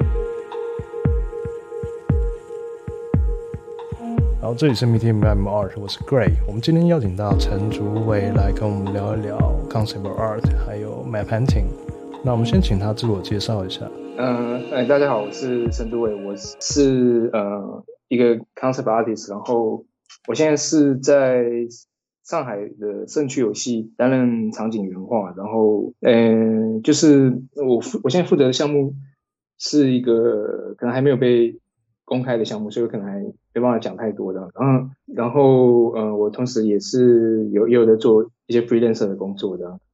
然后这里是 Meeting Meme Art， 我是 Gray。我们今天邀请到陈竹伟来跟我们聊一聊 Concept Art 还有 Map Painting。那我们先请他自我介绍一下。 大家好，我是陈竹伟，我是一个 Concept Artist， 然后我现在是在上海的盛趣游戏担任场景原画，然后就是我现在负责的项目是一个可能还没有被公开的项目，所以我可能还没办法讲太多的。然后我同时也是有在做一些 freelancer 的工作的。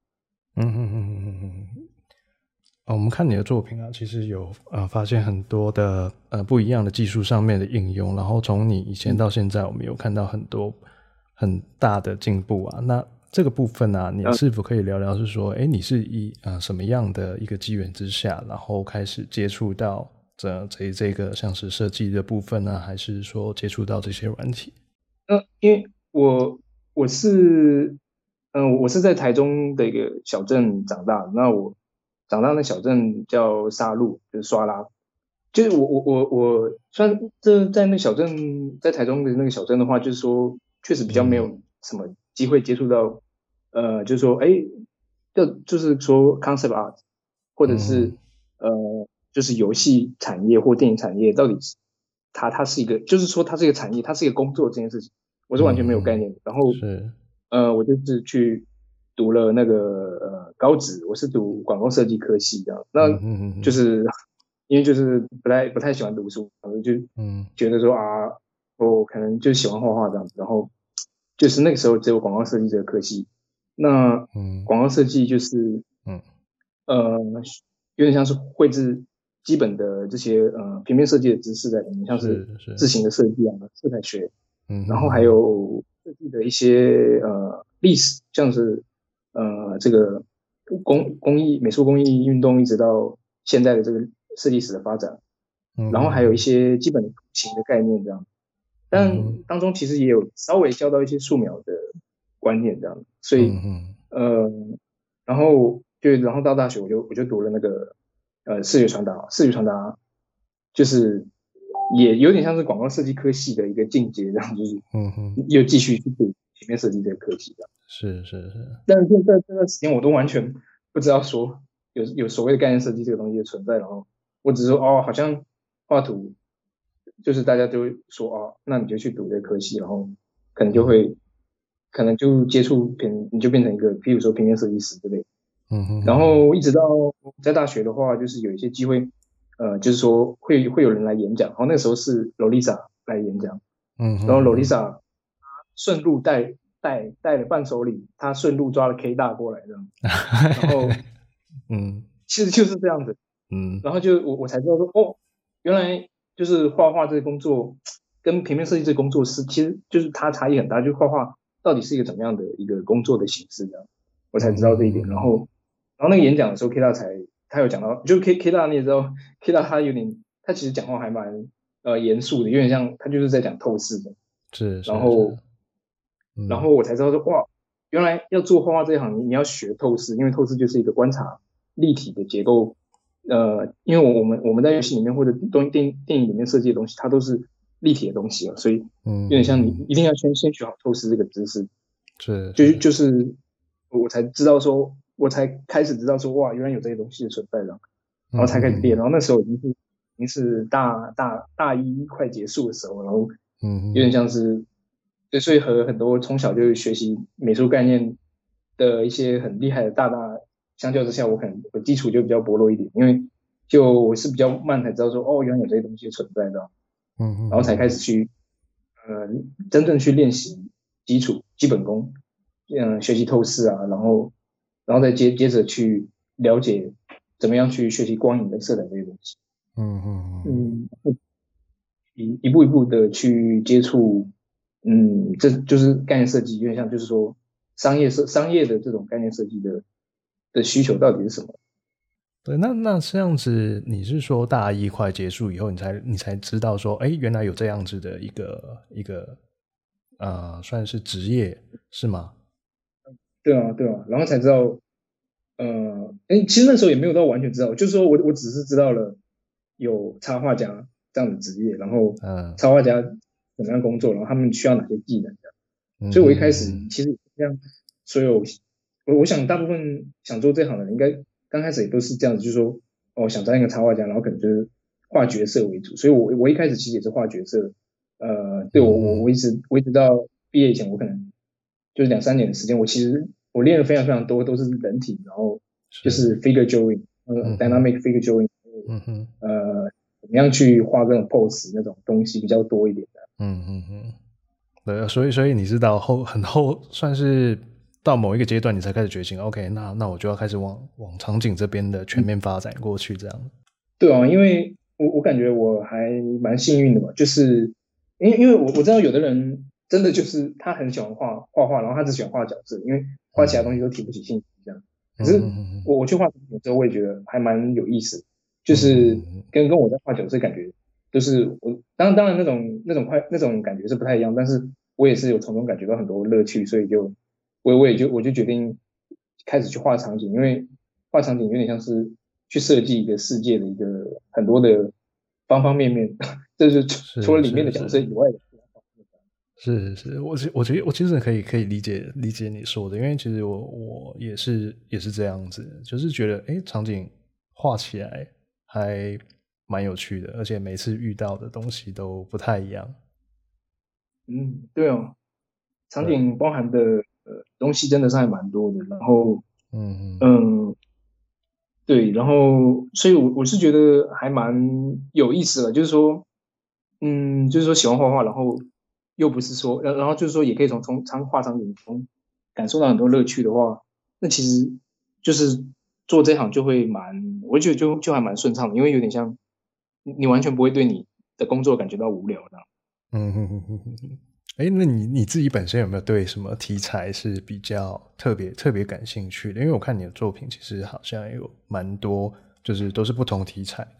我们看你的作品啊，其实有发现很多的不一样的技术上面的应用，然后从你以前到现在，我们有看到很多很大的进步啊。那这个部分啊，你是否可以聊聊是说，你是以什么样的一个机缘之下，然后开始接触到这个像是设计的部分呢，还是说接触到这些软体？ 因为我是在台中的一个小镇长大，那我长大的小镇叫沙鹿，就是刷拉。就是我虽然这在那小镇，在台中的那个小镇的话，就是说确实比较没有什么机会接触到，就是说就是说 concept art， 或者是就是游戏产业或电影产业到底是它是一个，就是说它是一个产业，它是一个工作这件事情，我是完全没有概念的。然后是我就是去读了那个高职，我是读广告设计科系这样。那就是因为就是不太喜欢读书，然后就觉得说我可能就喜欢画画这样子。然后就是那个时候只有广告设计这个科系。那广告设计就是有点像是绘制基本的这些平面设计的知识在里面，像是字形的设计啊、色彩学，然后还有设计的一些历史，像是这个美术工艺运动一直到现在的这个设计史的发展，然后还有一些基本的图形的概念这样。但当中其实也有稍微教到一些素描的观念这样，所以然后到大学我就读了那个视觉传达就是也有点像是广告设计科系的一个进阶这样，就是又继续去读平面设计这个科系这样。 是， 但是这段时间我都完全不知道说有所谓的概念设计这个东西的存在，然后我只是说好像画图就是大家就会说那你就去读这个科系，然后可能就接触你就变成一个譬如说平面设计师之类的。然后一直到在大学的话，就是有一些机会，就是说会有人来演讲，然后那个时候是 Lolisa 来演讲，然后 Lolisa 顺路带了伴手礼，他顺路抓了 K 大过来这样，然后其实就是这样子，然后就我才知道说原来就是画画这个工作跟平面设计这个工作其实就是它差异很大，就是画画到底是一个怎么样的一个工作的形式这样，我才知道这一点，然后那个演讲的时候 K 大他有讲到，就 K 大你也知道 K 大他其实讲话还蛮严肃的，有点像他就是在讲透视的，然后我才知道说原来要做画画这一行你要学透视，因为透视就是一个观察立体的结构，因为我们在游戏里面或者电影里面设计的东西，它都是立体的东西所以有点像你一定要先学好透视这个知识，就是我才知道说，我才开始知道说原来有这些东西的存在的，然后才开始练，然后那时候已经是大一快结束的时候，然后有点像是对，所以和很多从小就学习美术概念的一些很厉害的大相较之下，我可能我基础就比较薄弱一点，因为就我是比较慢才知道说原来有这些东西存在的，然后才开始去真正去练习基本功，学习透视啊，然后再接着去了解怎么样去学习光影跟色彩这些东西，一步一步的去接触，这就是概念设计，有点像就是说商业的这种概念设计的需求到底是什么？ 对，那这样子，你是说大一快结束以后，你才知道说，原来有这样子的一个算是职业是吗？ 对啊，然后才知道，其实那时候也没有到完全知道，就是说我只是知道了， 有插画家这样的职业，然后嗯插画家怎么样工作，然后他们需要哪些技能这样。 嗯所以我一开始嗯其实这样，所有我想大部分想做这行的人，应该刚开始也都是这样子，就是说哦想当一个插画家，然后可能就是画角色为主。所以我一开始其实也是画角色，对我一直到毕业以前，我可能就是2-3年的时间，其实我练了非常非常多，都是人体，然后就是是 figure drawing， 嗯哼 dynamic figure drawing， 嗯哼怎么样去画各种 pose 那种东西比较多一点的。 对，所以你是到很后，算是到某一个阶段，你才开始决心，OK，那我就要开始往场景这边的全面发展过去，这样。 对啊，因为我感觉我还蛮幸运的嘛，就是因为我知道有的人真的就是他很喜欢画画，然后他只喜欢画角色，因为画其他东西都提不起兴趣这样。可是我去画场景之后，我也觉得还蛮有意思，就是跟我在画角色感觉，就是我当然那种感觉是不太一样，但是我也是有从中感觉到很多乐趣，所以我就决定开始去画场景，因为画场景有点像是去设计一个世界的一个很多的方方面面，这是除了里面的角色以外的。 是，我其实可以理解你说的，因为其实我也是这样子，就是觉得场景画起来还蛮有趣的，而且每次遇到的东西都不太一样。 对哦，场景包含的东西真的是还蛮多的，然后对，然后所以我是觉得还蛮有意思的，就是说就是说喜欢画画，然后又不是说然后就是说也可以从画场景中感受到很多乐趣的话，那其实就是做这行就会我觉得就还蛮顺畅的，因为有点像你完全不会对你的工作感觉到无聊这样。 那你自己本身有没有对什么题材是比较特别感兴趣的？因为我看你的作品其实好像有蛮多，就是都是不同题材。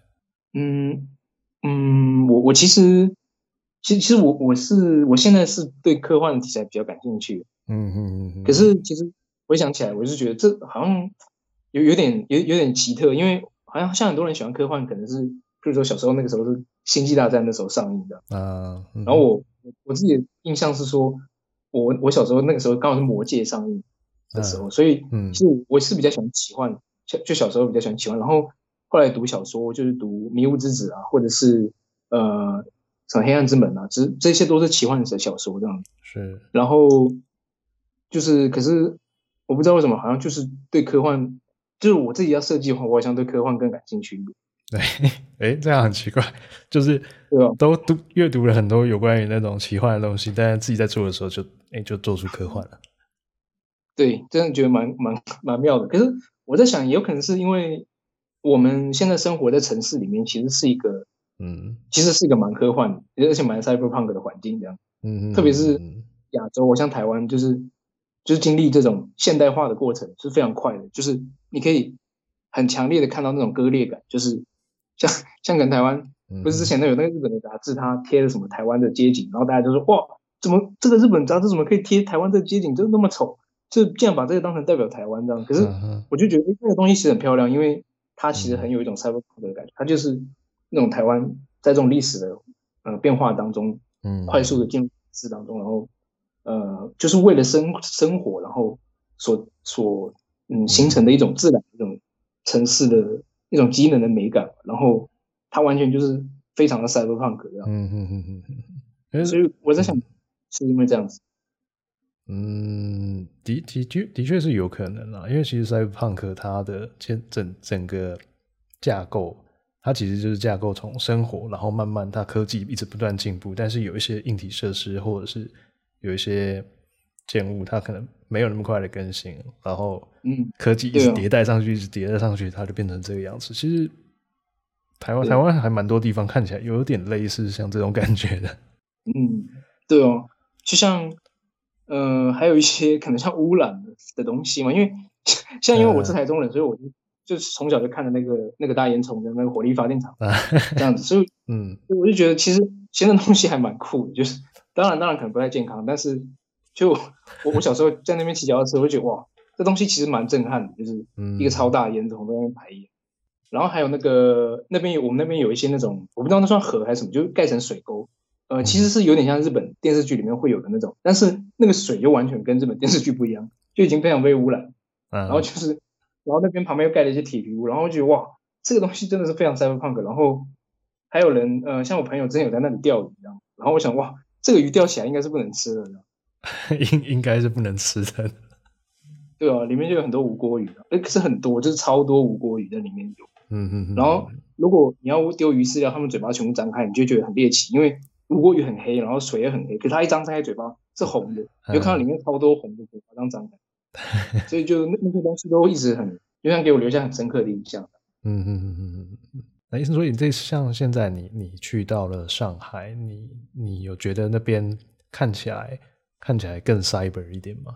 我其实我现在是对科幻题材比较感兴趣。可是其实回想起来，我是觉得这好像有点奇特，因为好像很多人喜欢科幻，可能是譬如说小时候那个时候是《星际大战》那时候上映的然后我自己的印象是说，我小时候那个时候刚好是《魔戒》上映的时候，所以其实我是比较喜欢奇幻，就小时候比较喜欢奇幻，然后后来读小说就是读《迷雾之子》啊，或者是什么《黑暗之门》啊，这些都是奇幻的小说这样。 是， 然后就是可是我不知道为什么，好像就是对科幻，就是我自己要设计的话，我好像对科幻更感兴趣一点。 对，这样很奇怪，就是都阅读了很多有关于那种奇幻的东西，但是自己在做的时候就做出科幻了。 对，真的觉得蛮妙的。可是我在想，也有可能是因为我们现在生活在城市里面，其实是一个蛮科幻，而且蛮 cyberpunk 的环境这样。特别是亚洲，我像台湾，就是经历这种现代化的过程是非常快的，就是你可以很强烈的看到那种割裂感，就是像跟台湾，不是之前有那个日本的杂志，它贴了什么台湾的街景，然后大家就说哇，怎么这个日本杂志怎么可以贴台湾这个街景，就那么丑，就竟然把这个当成代表台湾这样。可是我就觉得那个东西其实很漂亮，因为它其实很有一种 cyberpunk 的感觉，它就是那种台湾在这种历史的变化当中，快速的进入城市当中，然后就是为了生活，然后所形成的一种自然一种城市的一种机能的美感，然后它完全就是非常的 cyberpunk 这样。所以我在想，是因为这样子。 的确是有可能啦，因为其实 cyberpunk 它的整个架构，它其实就是架构从生活，然后慢慢它科技一直不断进步，但是有一些硬体设施或者是有一些建物，它可能没有那么快的更新，然后科技一直迭代上去，一直迭代上去，它就变成这个样子。其实台湾还蛮多地方看起来有点类似像这种感觉的。 对哦，就像还有一些可能像污染的东西嘛，因为因为我是台中人，所以我就是从小就看的那个大烟囱的那个火力发电厂这样子，所以我就觉得其实那东西还蛮酷的，就是当然可能不太健康，但是就我小时候在那边骑脚踏车，我就觉得哇，这东西其实蛮震撼的，就是一个超大的烟囱在那边排烟。 然后还有我们那边有一些那种，我不知道那算河还是什么，就盖成水沟，其实是有点像日本电视剧里面会有的那种，但是那个水就完全跟日本电视剧不一样，就已经非常被污染。然后然后那边旁边又盖了一些铁皮屋，然后我觉得哇，这个东西真的是非常 cyberpunk。然后还有人像我朋友之前有在那里钓鱼，然后我想哇，这个鱼钓起来应该是不能吃的， 应该是不能吃的。 对啊，里面就有很多无锅鱼可是很多，就是超多无锅鱼在里面有。然后如果你要丢鱼饲料，它们嘴巴全部张开，你就觉得很猎奇，因为无锅鱼很黑，然后水也很黑，可是它一张开嘴巴是红的，你就看到里面超多红的嘴巴这样张开，所以就那些东西都一直就像给我留下很深刻的印象。 所以像现在你去到了上海，你有觉得那边看起来更 cyber 一点吗？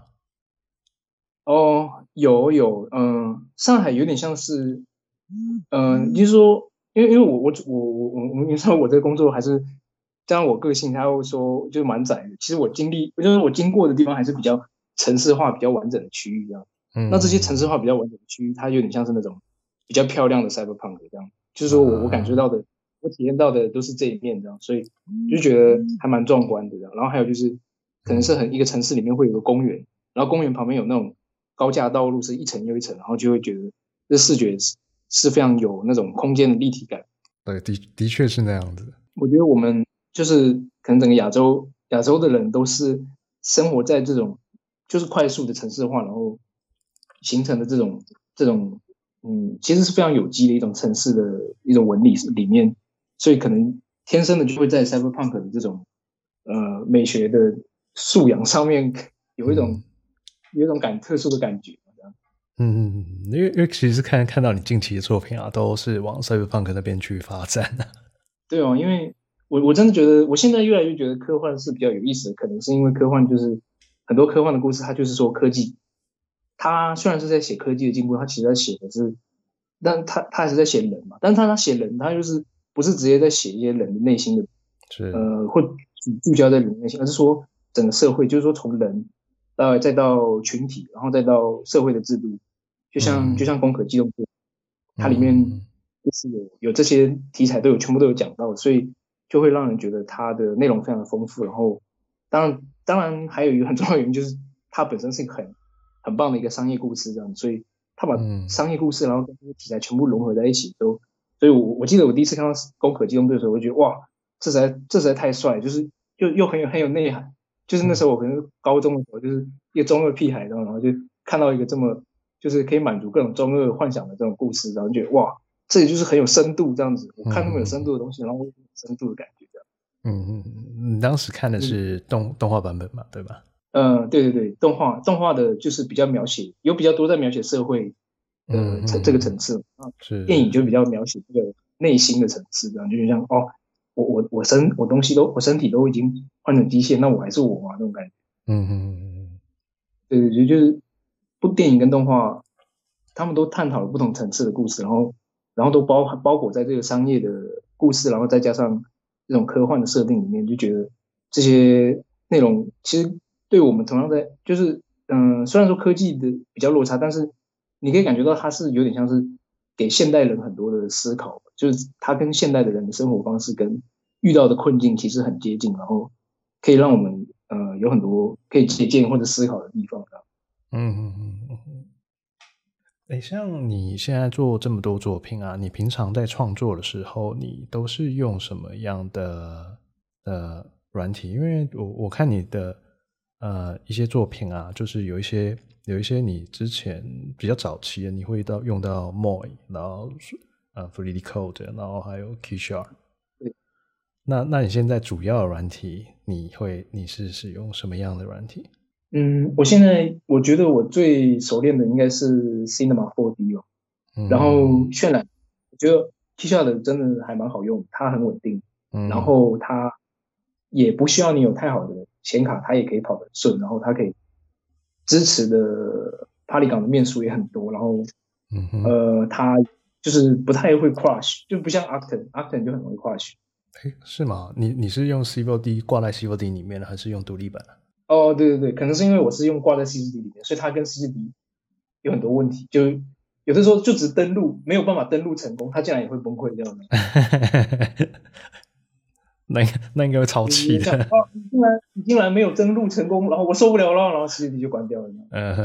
有，上海有点像是，就是说，因为你知道我这个工作还是加上我个性，他会说就是蛮窄的。其实就是我经过的地方还是比较城市化、比较完整的区域这样。那这些城市化比较完整的区域，它有点像是那种比较漂亮的 cyberpunk 这样。就是说我感觉到的，我体验到的都是这一面这样，所以就觉得还蛮壮观的这样。然后还有就是可能是一个城市里面会有个公园，然后公园旁边有那种高架道路是一层又一层，然后就会觉得这视觉是非常有那种空间的立体感。 对，的确是那样子。 我觉得我们就是可能整个亚洲的人都是生活在这种就是快速的城市化，然后形成的这种其实是非常有机的一种城市的一种纹理里面，所以可能天生的就会在 cyberpunk 的这种美学的素养上面有一种特殊的感觉。 因为其实看到你近期的作品啊，都是往 cyberpunk 那边去发展的。 对哦，因为我真的觉得，我现在越来越觉得科幻是比较有意思的，可能是因为科幻就是很多科幻的故事，它就是说科技，它虽然是在写科技的进步，它其实在写的是，但它还是在写人嘛，但是他写人，他就是不是直接在写一些人的内心的，或聚焦在人的内心，而是说整个社会，就是说从人再到群体，然后再到社会的制度，就像攻壳机动队，它里面就是有这些题材全部都有讲到，所以就会让人觉得它的内容非常的丰富。然后当然还有一个很重要的原因就是它本身是一个很棒的一个商业故事，这样，所以他把商业故事然后跟这些题材全部融合在一起都，所以我记得我第一次看到攻壳机动队的时候，我就觉得哇，这实在太帅，就是又很有内涵。就是那时候我可能高中的时候，就是一个中二屁孩，然后就看到一个这么就是可以满足各种中二幻想的这种故事，然后就觉得哇，这里就是很有深度这样子。我看那么有深度的东西，然后有深度的感觉这样。 你当时看的是动画版本嘛，对吧？ 对，动画的就是比较比较多在描写社会的这个层次， 是电影就比较描写这个内心的层次，这样就像我身体都已经换成机械，那我还是我嘛那种感觉。对，就是部电影跟动画，他们都探讨了不同层次的故事，然后都包裹在这个商业的故事，然后再加上这种科幻的设定里面，就觉得这些内容其实对我们同样就是虽然说科技的比较落差，但是你可以感觉到它是有点像是给现代人很多的思考，就是它跟现代的人的生活方式跟遇到的困境其实很接近，然后可以让我们有很多可以借鉴或者思考的地方。 像你现在做这么多作品啊，你平常在创作的时候，你都是用什么样的软体？因为我看你的一些作品啊，就是有一些你之前比较早期的，你会用到 Moy， 然后FreeCode， 然后还有 Keysharp。那你现在主要的软体，你是使用什么样的软体？ 我觉得我最熟练的应该是 Cinema 4D 哦，然后渲染，我觉得 Keysharp 真的还蛮好用，它很稳定，然后它也不需要你有太好的显卡，它也可以跑得顺，然后它可以支持的 Polygon 的面数也很多，然后它就是不太会 crash， 就不像 Octane 就很容易 crash。 是吗？你是用 CVD 挂在 CVD 里面的，还是用独立版？ 对，可能是因为我是用挂在 CCD 里面，所以它跟 CCD 有很多问题，就有的时候就只登录没有办法登录成功，他竟然也会崩溃这样子。 那应该会超气的。 你竟然没有登录成功，然后我受不了了，然后 CCD 就关掉了。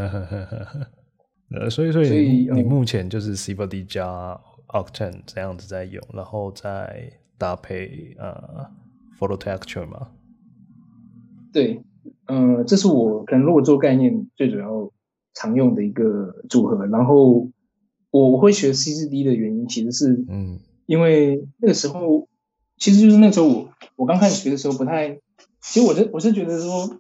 所以你目前就是 CVD 加 Octane 这样子在用，然后再搭配Photo Texture 吗？ 对，这是我可能如果做概念最主要常用的一个组合。然后我会学 CCD 的原因，其实是因为那个时候，其实就是那个时候我刚开始学的时候不太，其实我是觉得说，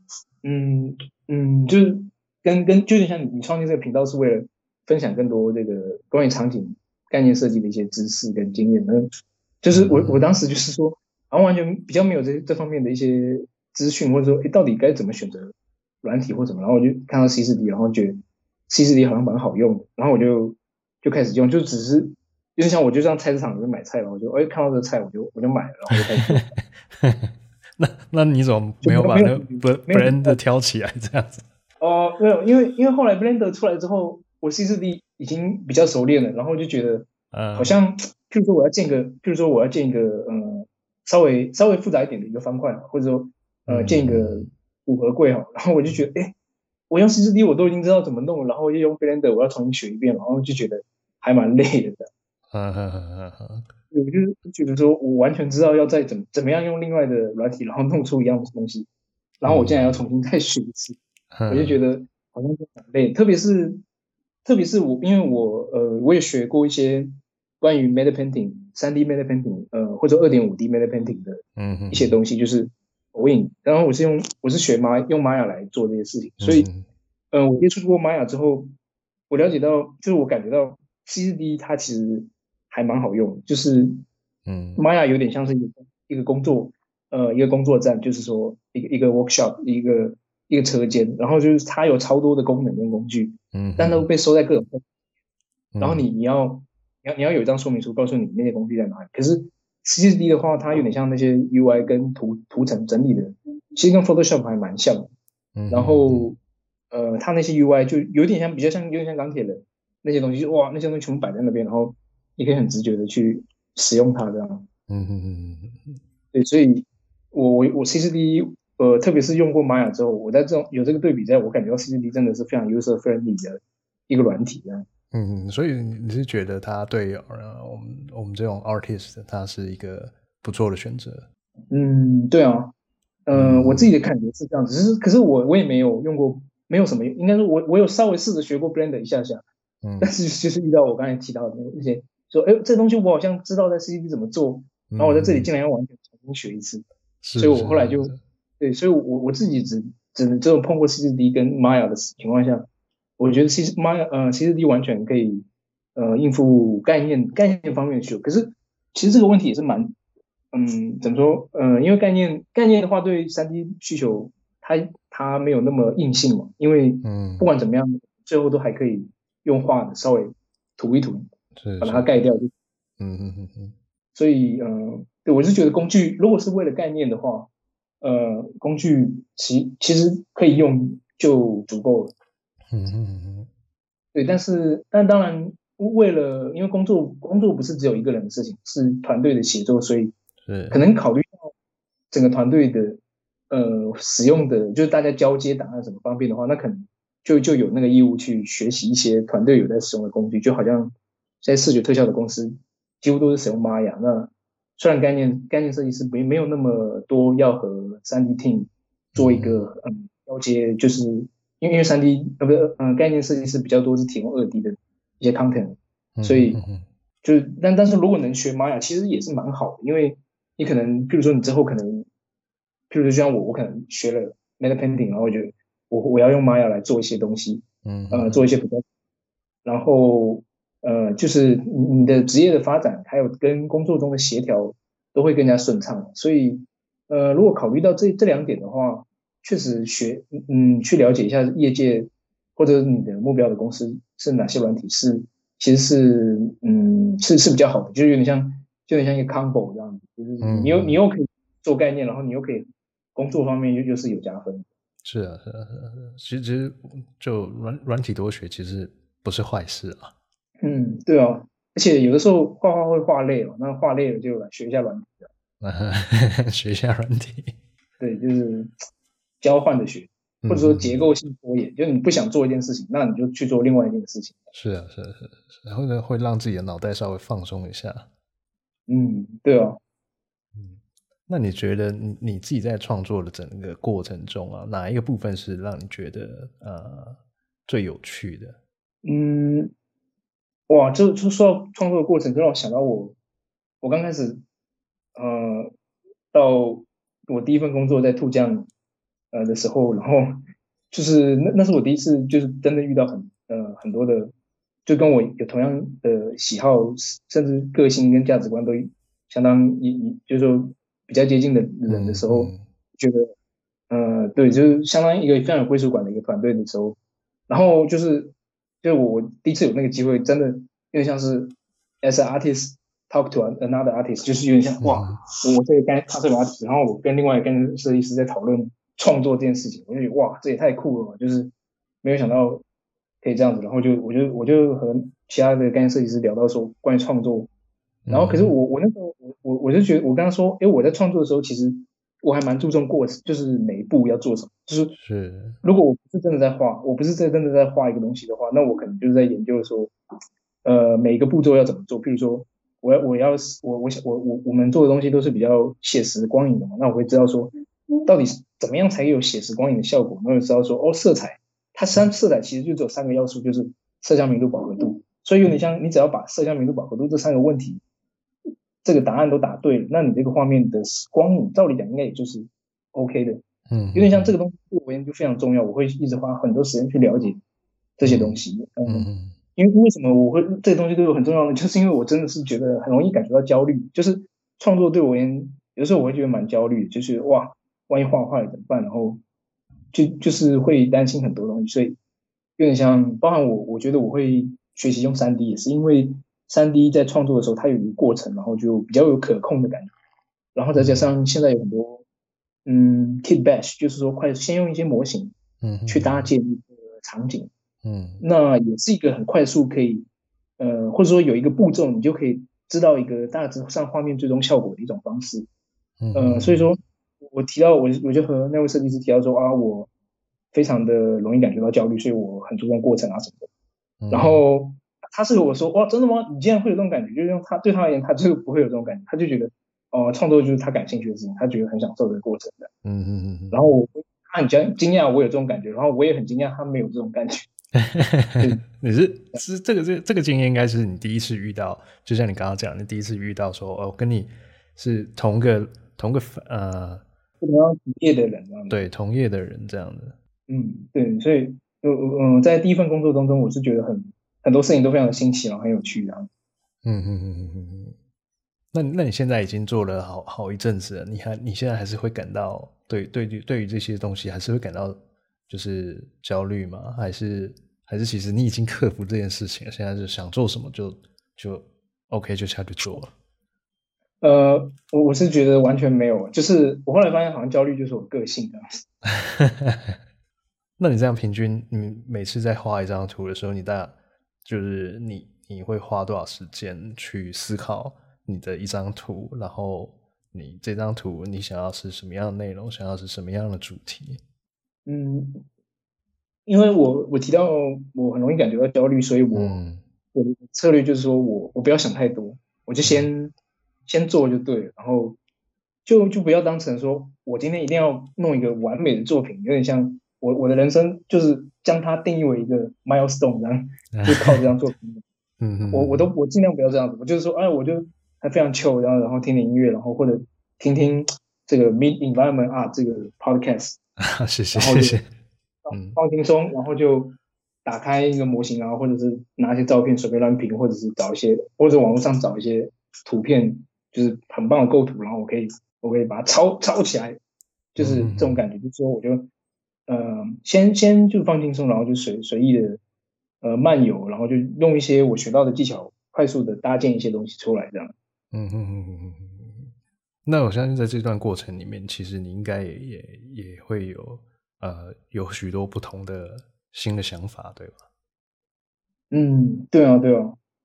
就是就有点像你创建这个频道是为了分享更多这个关于场景概念设计的一些知识跟经验。就是我当时就是说，好像完全比较没有这方面的一些资讯，或者说到底该怎么选择软体或什么，然后我就看到 C4D， 然后觉得 C4D 好像蛮好用的，然后我就开始用，就只是有点像我就像菜市场里面买菜，然后我就看到这个菜我就买了，然后就开始用。 那你怎么没有把那 Blender 挑起来这样子？ 没有，因为后来 Blender 出来之后，我 C4D 已经比较熟练了，然后就觉得好像譬如说我要建一个稍微复杂一点的一个方块，或者说建一个组合柜哈，然后我就觉得我用 C4D 我都已经知道怎么弄了，然后又用 Blender 我要重新学一遍，然后就觉得还蛮累的。我就觉得说我完全知道要再怎么样用另外的软体，然后弄出一样的东西，然后我竟然要重新再学一次，我就觉得好像很累。特别是因为我也学过一些关于 Meta Painting 3D Meta Painting 或者 2.5D Meta Painting 的一些东西，就是投影。然后我是用用 Maya 来做这些事情，所以我接触过 Maya 之后，我了解到就是我感觉到 C4D 它其实还蛮好用，就是Maya 有点像是一个工作站，就是说一个 workshop 一个车间，然后就是它有超多的功能跟工具，但都被收在各种然后你要有一张说明书告诉你那些工具在哪里。可是 C4D 的话，它有点像那些 UI 跟图层整理的，其实跟 Photoshop 还蛮像的。然后它那些 UI 就有点像钢铁人那些东西，哇，那些东西全部摆在那边，然后你可以很直觉的去使用它这样。对，所以我 C4D 特别是用过 Maya 之后，我在有这个对比在，我感觉到 C4D 真的是非常 user friendly 的一个软体这样。 所以你是觉得它对我们这种 artist 它是一个不错的选择？ 对啊，我自己的感觉是这样子，可是我也没有用过，没有什么，应该说我有稍微试着学过 Blender 一下下，但是就是遇到我刚才提到的那些说，这东西我好像知道在 C4D 怎么做，然后我在这里竟然要完全重新学一次，所以我后来就对，所以我自己只能这种碰过 C4D 跟 Maya 的情况下，我觉得C4D 完全可以应付概念方面的需求。可是其实这个问题也是蛮怎么说因为概念的话对 3D 需求它没有那么硬性嘛，因为不管怎么样最后都还可以用画的稍微涂一涂把它盖掉所以对，我是觉得工具如果是为了概念的话工具其实可以用就足够了。对，但当然因为工作不是只有一个人的事情，是团队的协作，所以可能考虑到整个团队的使用的就是大家交接档案什么方便的话，那可能就有那个义务去学习一些团队有在使用的工具，就好像在视觉特效的公司几乎都是使用 Maya。那虽然概念设计师没有那么多要和 3D team 做一个交接，就是因为 3D 概念设计师比较多是提供2D 的一些 content，所以就是但是如果能学 Maya 其实也是蛮好的，因为你可能譬如说你之后可能譬如说就像我可能学了 Meta Painting， 然后我觉得我要用 Maya 来做一些东西，做一些比较，然后就是你的职业的发展还有跟工作中的协调都会更加顺畅，所以如果考虑到这两点的话，确实去了解一下业界或者你的目标的公司是哪些软体其实是比较好的，就是有点像一个 combo 这样子，就是你又可以做概念，然后你又可以工作方面又是有加分。 是啊，其实就软体多学其实不是坏事啊。 对啊，而且有的时候画画会画累了，那画累了就来学一下软体学一下软体。 对，就是交换的学，或者说结构性拖延，就是你不想做一件事情，那你就去做另外一件事情。 是啊，是啊，是啊，然后呢，会让自己的脑袋稍微放松一下。 对啊。 那你觉得你自己在创作的整个过程中啊，哪一个部分是让你觉得最有趣的？ 嗯，哇，就说到创作的过程，就让我想到我刚开始到我第一份工作在兔酱的时候，然后就是那是我第一次就是真的遇到很多的，就跟我有同样的喜好，甚至个性跟价值观都相当就是说比较接近的人的时候，觉得对，就是相当于一个非常有归属感的一个团队的时候，然后就是我第一次有那个机会，真的有点像是 as an artist talk to another artist，就是有点像哇，我这个他是个 artist，然后我跟另外一个设计师在讨论创作这件事情，我就觉得哇，这也太酷了吧，就是没有想到可以这样子，然后我就和其他的干设计师聊到说关于创作，然后可是我那时候我就觉得我跟他说，我在创作的时候其实我还蛮注重过程，就是每一步要做什么，就是是， 如果我不是真的在画，我不是真的在画一个东西的话，那我可能就是在研究说，每一个步骤要怎么做。譬如说，我们做的东西都是比较写实光影的嘛，那我会知道说，到底怎么样才有写实光影的效果。那我知道说，色彩，色彩其实就只有3个要素，就是色相、明度、饱和度。所以有点像你只要把色相、明度、饱和度这3个问题，这个答案都答对了，那你这个画面的光影，照理讲应该也就是 OK 的。有点像这个东西对我而言就非常重要，我会一直花很多时间去了解这些东西。因为什么我会这个东西对我很重要呢？就是因为我真的是觉得很容易感觉到焦虑，就是创作对我而言，有时候我会觉得蛮焦虑，就是哇，万一画坏了怎么办？然后就是会担心很多东西，所以有点像，包含我觉得我会学习用3D 也是因为3D 在创作的时候它有一个过程，然后就比较有可控的感觉，然后再加上现在有很多kit bash，就是说先用一些模型去搭建一个场景，那也是一个很快速可以或者说有一个步骤，你就可以知道一个大致上画面最终效果的一种方式。所以说我提到我就和那位设计师提到说啊，我非常的容易感觉到焦虑，所以我很注重过程啊什么的。然后他是和我说哇，真的吗？你竟然会有这种感觉？就是用对他而言，他就不会有这种感觉，他就觉得创作就是他感兴趣的事情，他觉得很享受这个过程的。然后他很惊讶我有这种感觉，然后我也很惊讶他没有这种感觉。 你是这个经验应该是你第一次遇到，就像你刚刚讲，你第一次遇到说我跟你是同个不同业的人， 对，同业的人这样的。 对，所以在第一份工作当中，我是觉得很多事情都非常的新奇，然后很有趣啊。 那你现在已经做了好一阵子了，你现在还是会感到对于这些东西还是会感到就是焦虑吗？还是其实你已经克服这件事情了，现在是想做什么就 OK 就下去做了。 我是觉得完全没有，就是我后来发现好像焦虑就是我个性的。 那你这样平均，你每次在画一张图的时候，就是你会花多少时间去思考你的一张图，然后你这张图你想要是什么样的内容，想要是什么样的主题？ 因为我提到我很容易感觉到焦虑，所以我的策略就是说我不要想太多，我就先做就对了，然后就不要当成说我今天一定要弄一个完美的作品，有点像我的人生就是将它定义为一个 milestone 这样，就靠这张作品。我尽量不要这样子，我就是说，我就还非常 chill，然后听听音乐，然后或者听听这个 Mid Environment Art 这个 podcast， 谢谢然后就谢谢。 放轻松，然后就打开一个模型啊，或者是拿一些照片随便乱拼，或者是找一些或者网络上找一些图片，就是很棒的构图，然后我可以把它抄起来，就是这种感觉，就是说我就先就放轻松，然后就随意的漫游，然后就用一些我学到的技巧，快速的搭建一些东西出来，这样。 那我相信在这段过程里面，其实你应该也会有许多不同的新的想法，对吧？ 对啊，对啊。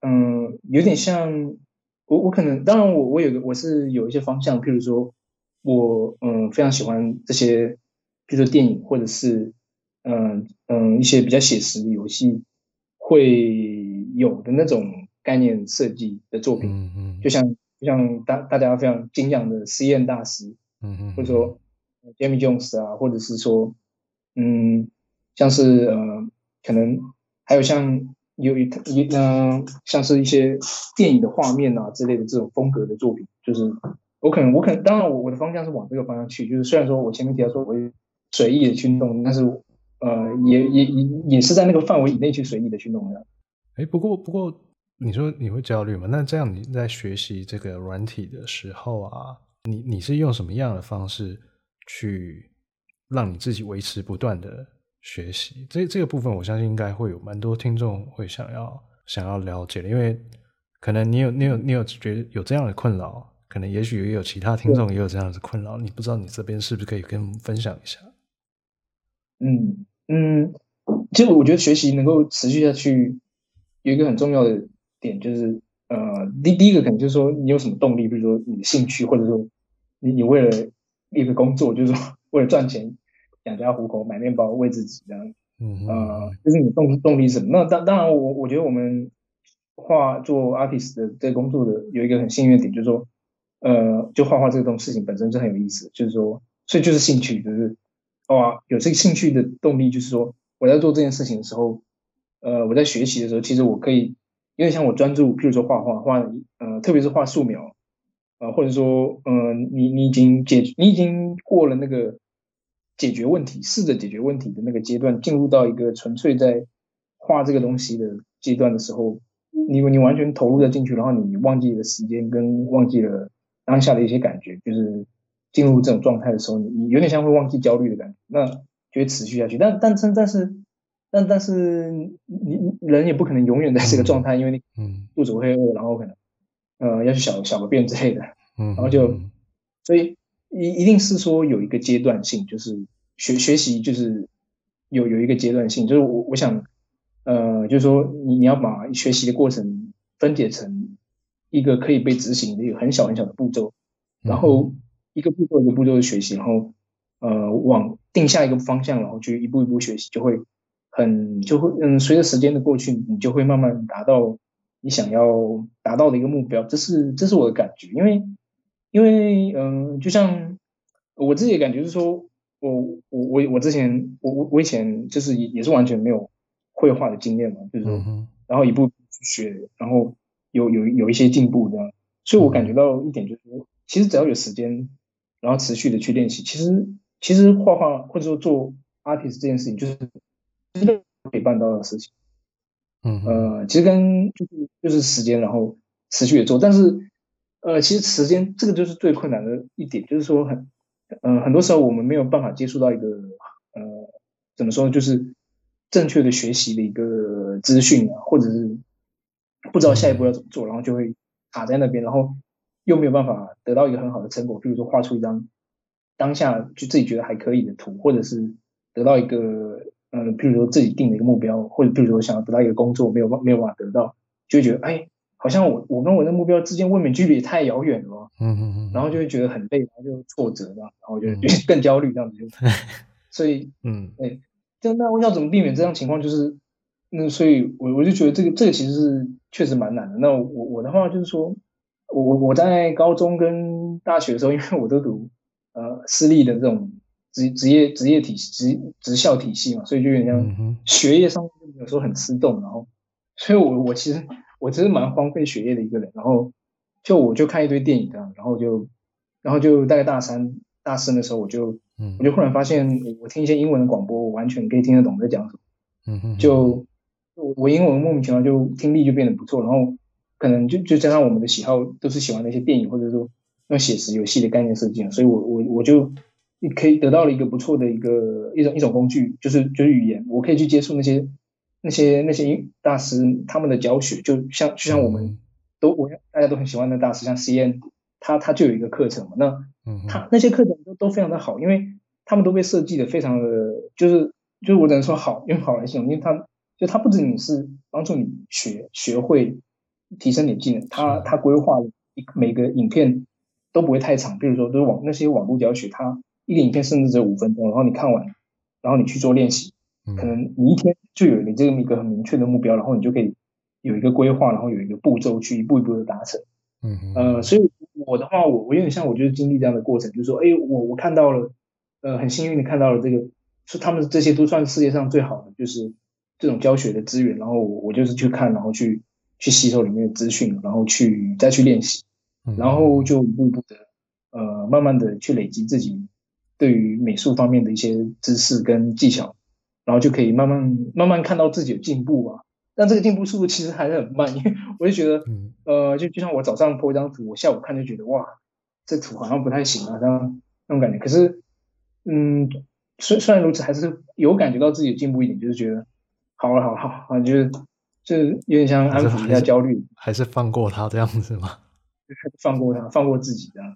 有点像我可能当然我是有一些方向，譬如说我非常喜欢这些，譬如说电影或者是一些比较写实的游戏会有的那种概念设计的作品，就像大家非常敬仰的实验大师，或者说Jamie Jones 啊，或者是说嗯像是可能还有像像是一些电影的画面啊之类的这种风格的作品，就是我可能当然我的方向是往这个方向去，就是虽然说我前面提到说我会随意的去弄，但是也是在那个范围以内去随意的去弄的。 不过，你说你会焦虑吗？那这样你在学习这个软体的时候啊，你是用什么样的方式去让你自己维持不断的学习？这个部分，我相信应该会有蛮多听众会想要了解的，因为可能你有觉得有这样的困扰，可能也许也有其他听众也有这样的困扰，你不知道你这边是不是可以跟我们分享一下？ 嗯嗯，其实我觉得学习能够持续下去，有一个很重要的点就是，第一个可能就是说你有什么动力，比如说你的兴趣，或者说你为了一个工作，就是说为了赚钱养家糊口，买面包喂自己这样，就是你的动力是什么？那当然我觉得我们做 artist 的这个工作的有一个很幸运的点，就是说，就画画这个事情本身是很有意思，就是说，所以就是兴趣，就是哇，有这个兴趣的动力，就是说我在做这件事情的时候，我在学习的时候，其实我可以有点像我专注，譬如说画，特别是画素描，或者说，你已经过了那个试着解决问题的那个阶段，进入到一个纯粹在画这个东西的阶段的时候，你完全投入了进去，然后你忘记了时间，跟忘记了当下的一些感觉，就是进入这种状态的时候，你有点像会忘记焦虑的感觉，那就会持续下去。但是你人也不可能永远在这个状态，因为你肚子会饿，然后可能要去小个便之类的，然后所以一定是说有一个阶段性，就是学习就是有一个阶段性，就是我想就是说你要把学习的过程分解成一个可以被执行的一个很小很小的步骤，然后一个步骤一个步骤的学习，然后往定下一个方向，然后去一步一步学习，就会随着时间的过去，你就会慢慢达到你想要达到的一个目标，这是我的感觉，因为就像我自己的感觉是说，我之前我以前就是也是完全没有绘画的经验嘛，就是说，然后一步步去学，然后有一些进步这样，所以我感觉到一点就是说，其实只要有时间，然后持续的去练习，其实画画或者说做 artist 这件事情，就是可以办到的事情。其实跟就是时间，然后持续的做，但是其实时间这个就是最困难的一点，就是说很多时候我们没有办法接触到一个怎么说呢，就是正确的学习的一个资讯啊，或者是不知道下一步要怎么做，然后就会卡在那边，然后又没有办法得到一个很好的成果，比如说画出一张当下就自己觉得还可以的图，或者是得到一个譬如说自己定的一个目标，或者譬如说想要得到一个工作没有办法得到，就会觉得哎，好像我跟我的目标之间未免距离也太遥远了，然后就会觉得很累，然后就挫折这样，然后就更焦虑这样子所以哎，那我要怎么避免这样情况？就是所以我就觉得这个其实是确实蛮难的。那我的话就是说，我在高中跟大学的时候，因为我都读私立的这种职业体系职校体系嘛，所以就有点像学业上面有时候很吃重，然后所以我其实蛮荒废学业的一个人，然后我就看一堆电影这样，然后就大概大四的时候我就忽然发现我听一些英文的广播，我完全可以听得懂在讲什么，就我英文莫名其妙就听力就变得不错，然后可能就加上我们的喜好都是喜欢那些电影或者说用写实游戏的概念设计，所以我就可以得到了一个不错的一种工具，就是语言，我可以去接触那些大师他们的教学，就像大家都很喜欢的大师，像 CN，他就有一个课程嘛，那他那些课程都非常的好，因为他们都被设计的非常的，就是我只能说好，用好来形容，因为他不仅仅是帮助你学会提升你技能，他规划了每个影片都不会太长，比如说都是那些网络教学，它一个影片甚至只有5分钟，然后你看完，然后你去做练习，可能你一天就有你这么一个很明确的目标，然后你就可以有一个规划，然后有一个步骤去一步一步的达成。所以我的话，我有点像我就是经历这样的过程，就是说，我看到了，很幸运的看到了这个，说他们这些都算世界上最好的，就是这种教学的资源，然后我就是去看，然后去吸收里面的资讯，然后再去练习，然后就一步一步的，慢慢的去累积自己对于美术方面的一些知识跟技巧，然后就可以慢慢看到自己的进步啊。但这个进步速度其实还是很慢，因为我就觉得，就像我早上拍一张图，我下午看就觉得哇，这图好像不太行啊，那种感觉。可是，虽然如此，还是有感觉到自己有进步一点，就是觉得好了，就是有点像安抚一下焦虑， 还是放过他这样子吗？ 放过他，放过自己这样，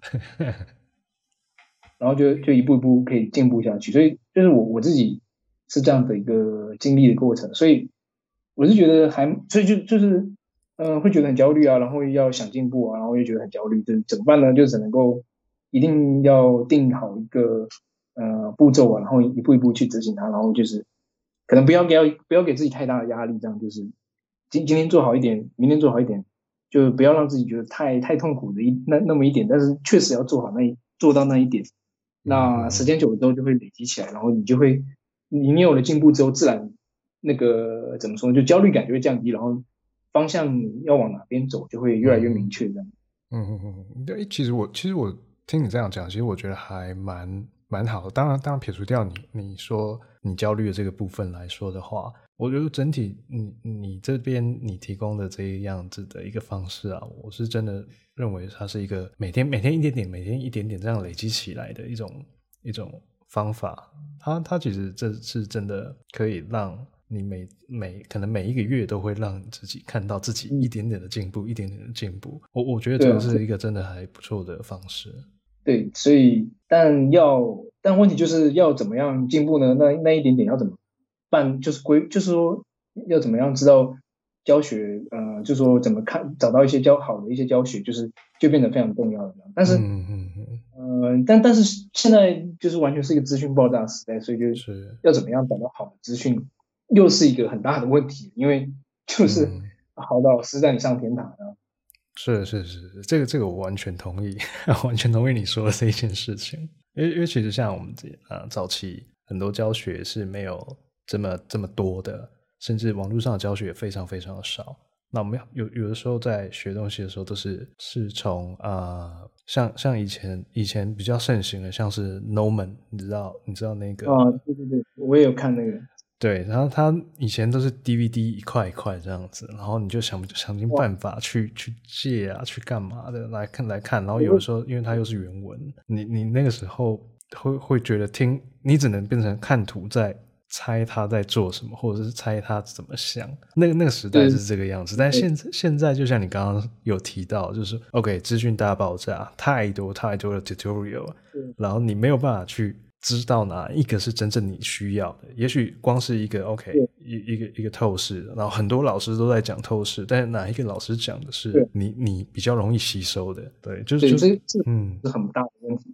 然后就一步一步可以进步下去。所以就是我自己是这样的一个经历的过程，所以我是觉得所以就是会觉得很焦虑啊，然后要想进步啊，然后又觉得很焦虑，就是怎么办呢？就只能够一定要定好一个步骤啊，然后一步一步去执行它，然后就是可能不要给自己太大的压力，这样就是今天做好一点，明天做好一点，就不要让自己觉得太痛苦的那么一点，但是确实要做到那一点。那时间久了之后就会累积起来，然后你有了进步之后，自然那个怎么说，就焦虑感就会降低，然后方向要往哪边走就会越来越明确这样。 对，其实我听你这样讲，其实我觉得还蛮好的。当然撇除掉你说你焦虑的这个部分来说的话，我觉得整体你这边你提供的这样子的一个方式啊，我是真的认为它是一个每天一点点这样累积起来的一种方法。它其实这是真的可以让你可能每一个月都会让自己看到自己一点点的进步，一点点的进步。我觉得这个是一个真的还不错的方式。 对，所以但问题就是要怎么样进步呢？那一点点要怎么办？就是说要怎么样知道教学，就是说怎么找到一些好的一些教学，就变得非常重要了。但是，但是现在就是完全是一个资讯爆炸的时代，所以就是要怎么样找到好的资讯，又是一个很大的问题，因为就是好的老师带你上天堂啊。 是，这个我完全同意，完全同意你说的这一件事情。因为其实像我们早期很多教学是没有这么多的，甚至网络上的教学也非常非常的少。那我们有的时候在学东西的时候，都是从像以前比较盛行的，像是 Norman， 你知道那个对，我也有看那个。 对，然后他以前都是 DVD 一块一块这样子，然后你就想尽办法去借啊，去干嘛的来看，然后有的时候因为它又是原文，你那个时候会觉得你只能变成看图在猜他在做什么，或者是猜他怎么想。那个时代是这个样子，但现在就像你刚刚有提到，就是 OK 资讯大爆炸，太多的 tutorial，然后你没有办法去知道哪一个是真正你需要的。也许光是一个 OK 一个透视，然后很多老师都在讲透视，但是哪一个老师讲的是你比较容易吸收的？对，这是很大的问题。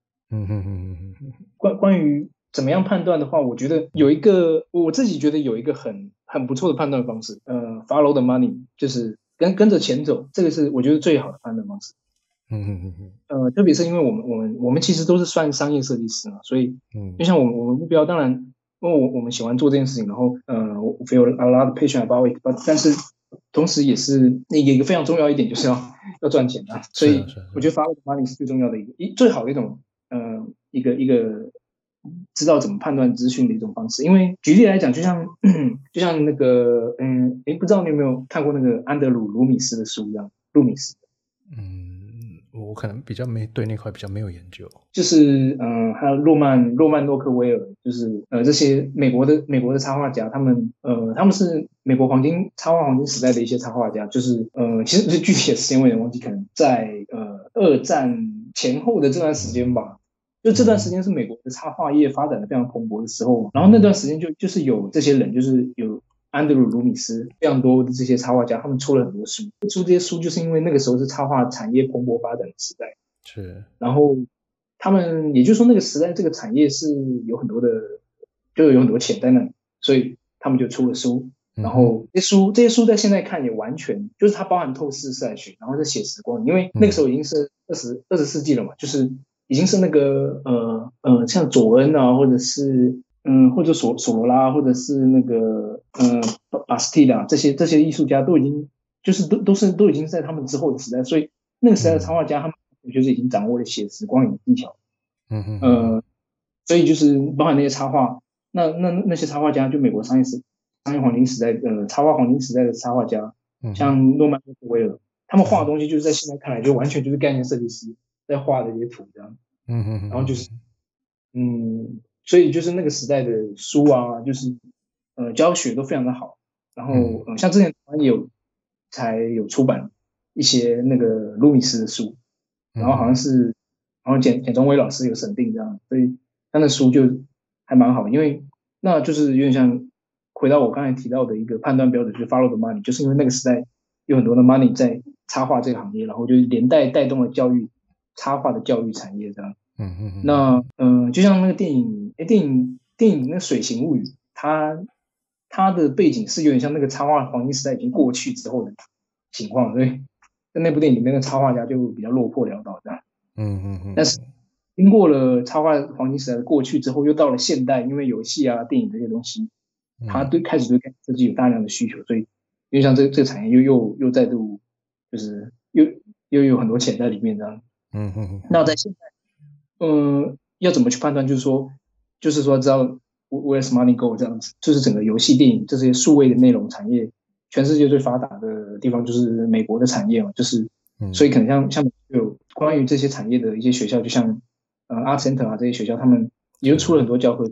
关于怎么样判断的话，我觉得我自己觉得有一个很不错的判断方式，follow the money， 就是跟着钱走，这个是我觉得最好的判断方式。特别是因为我们其实都是算商业设计师嘛，所以就像我们目标，当然因为我们喜欢做这件事情，然后我 feel a lot of passion about it， 但是同时也是一个非常重要一点，就是要赚钱啊。所以我觉得 follow the money 是最重要的最好的一种一个知道怎么判断资讯的一种方式。因为举例来讲，就像那个不知道你有没有看过那个安德鲁·卢米斯的书一样，路米斯。 我可能对那块比较没有研究。 就是还有诺曼诺克威尔，就是这些美国的插画家，他们是美国插画黄金时代的一些插画家，就是其实不是具体的时间我有点忘记，可能在二战前后的这段时间吧。就这段时间是美国的插画业发展的非常蓬勃的时候，然后那段时间就是有这些人，就是安德鲁·卢米斯，非常多的这些插画家，他们出了很多书。出这些书就是因为那个时候是插画产业蓬勃发展的时代， 是， 然后他们也就是说那个时代这个产业是有很多的，就有很多钱在那里，所以他们就出了书。然后这些书在现在看也完全就是它包含透视色彩学，然后是写实光影，因为那个时候已经是20世纪了嘛，就是已经是那个像佐恩啊，或者是或者索罗拉，或者是那个巴斯蒂达这些艺术家都已经就是都已经在他们之后的时代，所以那个时代的插画家他们就是已经掌握了写实光影的技巧，所以就是包含那些插画，那些插画家就美国商业黄金时代插画黄金时代的插画家，像诺曼·波威尔，他们画的东西就是在现在看来就完全就是概念设计师在画的一些图这样，然后就是所以就是那个时代的书啊，就是教学都非常的好，然后像之前台湾才有出版一些那个卢米斯的书，然后好像简中威老师有审定这样，所以他的书就还蛮好，因为那就是有点像回到我刚才提到的一个判断标准，就是 follow the money， 就是因为那个时代有很多的 money 在插画这个行业，然后就是连带动了插画的教育产业这样。那就像那个电影那《水形物语》，它的背景是有点像那个插画黄金时代已经过去之后的情况，所以在那部电影里面的插画家就比较落魄潦倒这样。但是经过了插画黄金时代的过去之后，又到了现代，因为游戏啊、电影这些东西，它开始对设计有大量的需求，所以因为像这个产业又再度就是又有很多钱在里面这样。那在现在，要怎么去判断？就是说知道 where's money go 这样子，就是整个游戏、电影这些数位的内容产业，全世界最发达的地方就是美国的产业嘛，就是所以可能像有关于这些产业的一些学校，就像Art Center 啊这些学校，他们也就出了很多教科书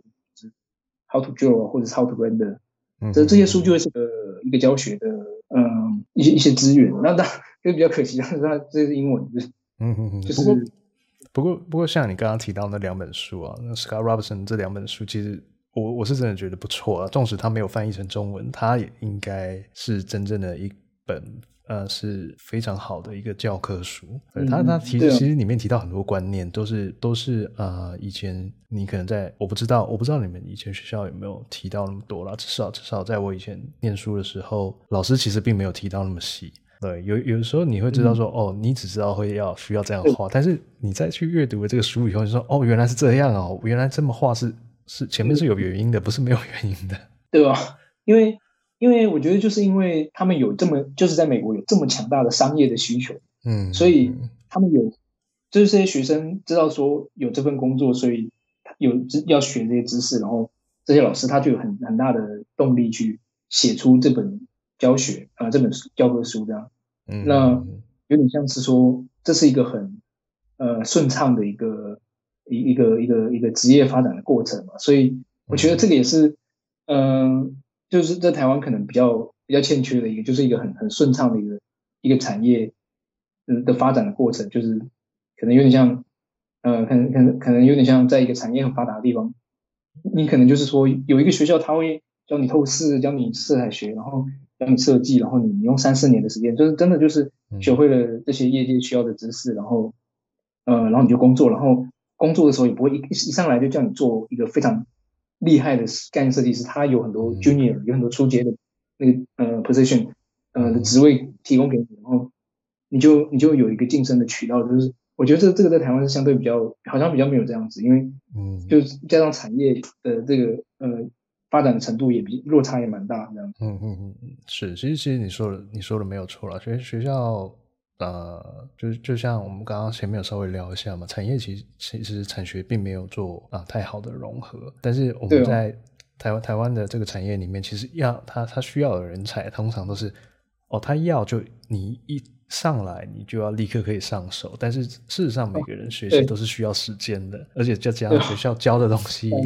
，How to Draw 或者 How to Render，这些书就会是一个教学的一些资源。那当然就比较可惜，但是它这是英文，就是不过像你刚刚提到那2本书啊，那 Scott Robertson 这2本书，其实我是真的觉得不错啊。纵使它没有翻译成中文，它也应该是真正的一本是非常好的一个教科书。它其实里面提到很多观念，都是以前你可能我不知道你们以前学校有没有提到那么多啦。至少在我以前念书的时候，老师其实并没有提到那么细。对，有的时候你会知道说，你只知道需要这样画，但是你再去阅读了这个书以后，你说原来是这样哦，原来这么画是前面是有原因的，不是没有原因的， 对吧？因为我觉得就是因为他们就是在美国有这么强大的商业的需求，所以他们就是这些学生知道说有这份工作，所以要学这些知识，然后这些老师他就有很大的动力去写出这本教学这本教科书这样。那有点像是说这是一个很顺畅的一个职业发展的过程嘛，所以我觉得这个也是就是在台湾可能比较欠缺的一个，就是一个很顺畅的一个产业的发展的过程，就是可能有点像可能有点像在一个产业很发达的地方，你可能就是说有一个学校他会教你透视，教你色彩学，然后教你设计，然后你用3-4年的时间，就是真的就是学会了这些业界需要的知识，然后你就工作，然后工作的时候也不会一上来就叫你做一个非常厉害的概念设计师，他有很多 junior，有很多初阶的那个position 的职位提供给你，然后你就有一个晋升的渠道，就是我觉得这个在台湾是相对好像比较没有这样子，因为就加上产业的这个发展的程度落差也蛮大这样。 是，其实你说的没有错啦，学校就像我们刚刚前面有稍微聊一下嘛，产业其实产学并没有做太好的融合，但是我们在台湾的这个产业里面，其实他需要的人才通常都是他要就你一上来你就要立刻可以上手，但是事实上每个人学习都是需要时间的，而且再加上学校教的东西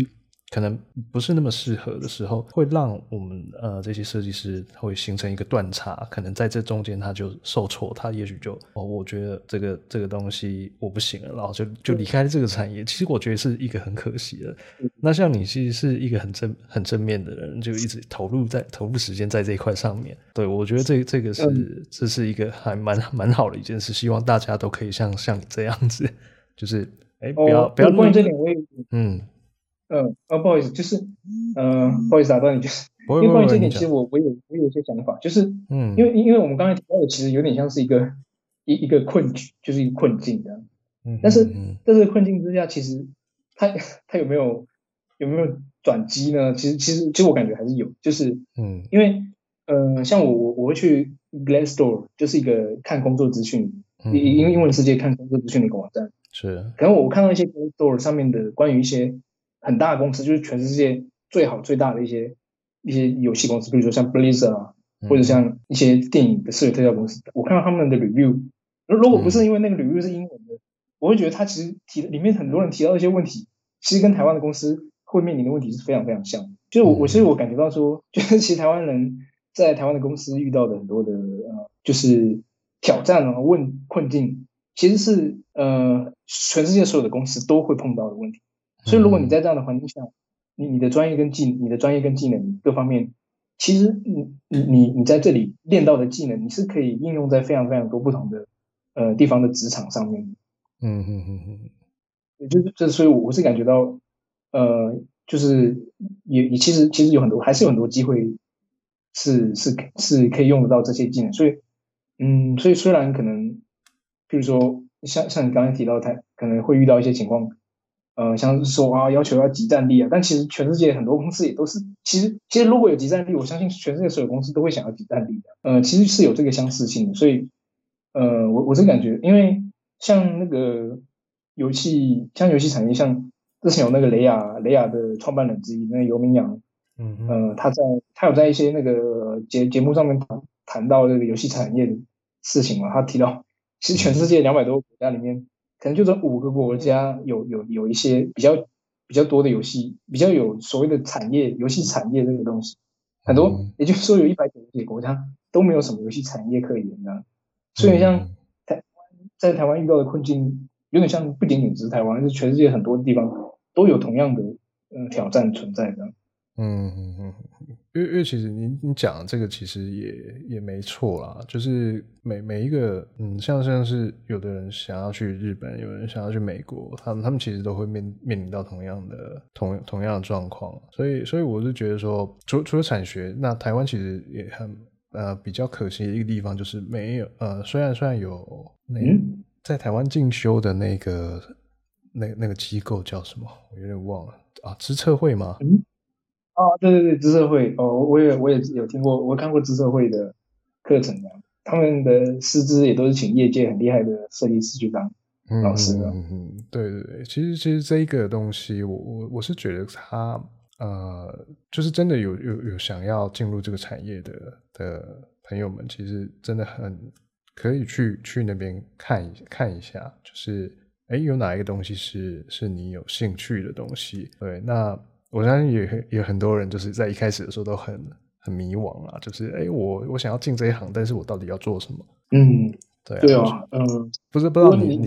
可能不是那么适合的时候，会让我们这些设计师会形成一个断差，可能在这中间他就受挫，他也许就我觉得这个东西我不行了，然后就离开了这个产业。其实我觉得是一个很可惜的。那像你其实是一个很正面的人，就一直投入时间在这一块上面。对，我觉得这个这是一个还蛮好的一件事，希望大家都可以像你这样子，就是不要关于这点我也不好意思，就是不好意思打断你，就是因为关于这点，其实我有一些想法，就是因为我们刚才提到的，其实有点像是一个困局，就是一个困境的。但是在这个困境之下，其实它有没有转机呢？其实我感觉还是有，就是因为像我会去 Glassdoor， 就是一个看工作资讯，英文世界看工作资讯的一个网站。 是， 可能我看到一些 Glassdoor 上面的关于一些很大的公司，就是全世界最好最大的一些游戏公司，比如说像 Blizzard 啊，或者像一些电影的视觉特效公司，我看到他们的 review， 如果不是因为那个 review 是英文的，我会觉得他其实里面很多人提到一些问题，其实跟台湾的公司会面临的问题是非常非常像的。所以我感觉到说，就是其实台湾人在台湾的公司遇到的很多的就是挑战啊、困境，其实是全世界所有的公司都会碰到的问题。所以如果你在这样的环境下，你的专业跟技能各方面，其实你在这里练到的技能，你是可以应用在非常非常多不同的地方的职场上面。就是所以我是感觉到就是也其实有很多还是有很多机会是可以用得到这些技能。所以所以虽然可能譬如说像你刚才提到他可能会遇到一些情况，像是说要求要即战力啊，但其实全世界很多公司也都是其实如果有即战力，我相信全世界所有公司都会想要即战力的。其实是有这个相似性的。所以我是感觉因为像那个游戏产业，像之前有那个雷亚的创办人之一那个游明阳，他有在一些那个节目上面谈到这个游戏产业的事情嘛。他提到其实全世界200多个国家里面，可能就这5个国家有一些比较多的游戏，比较有所谓的游戏产业这个东西，很多也就是说有190几个国家都没有什么游戏产业可言的。所以像在台湾遇到的困境，有点像不仅仅只是台湾，是全世界很多地方都有同样的挑战存在的。 因为其实你讲的这个其实也没错啦，就是每一个像是有的人想要去日本，有人想要去美国，他们其实都会面临到同样的状况。所以我是觉得说，除了产学，那台湾其实也很比较可惜的一个地方就是没有虽然有在台湾进修的那个机构叫什么，我有点忘了啊，资策会吗？ 对，资策会我也有听过，我看过资策会的课程的，他们的师资也都是请业界很厉害的设计师去当老师的。 对，其实这一个东西，我是觉得他就是真的有想要进入这个产业的朋友们，其实真的很可以去那边看一下，就是有哪一个东西是你有兴趣的东西。对，那我相信也很多人就是在一开始的时候都很迷惘啦，就是我想要进这一行，但是我到底要做什么？对啊，不知道你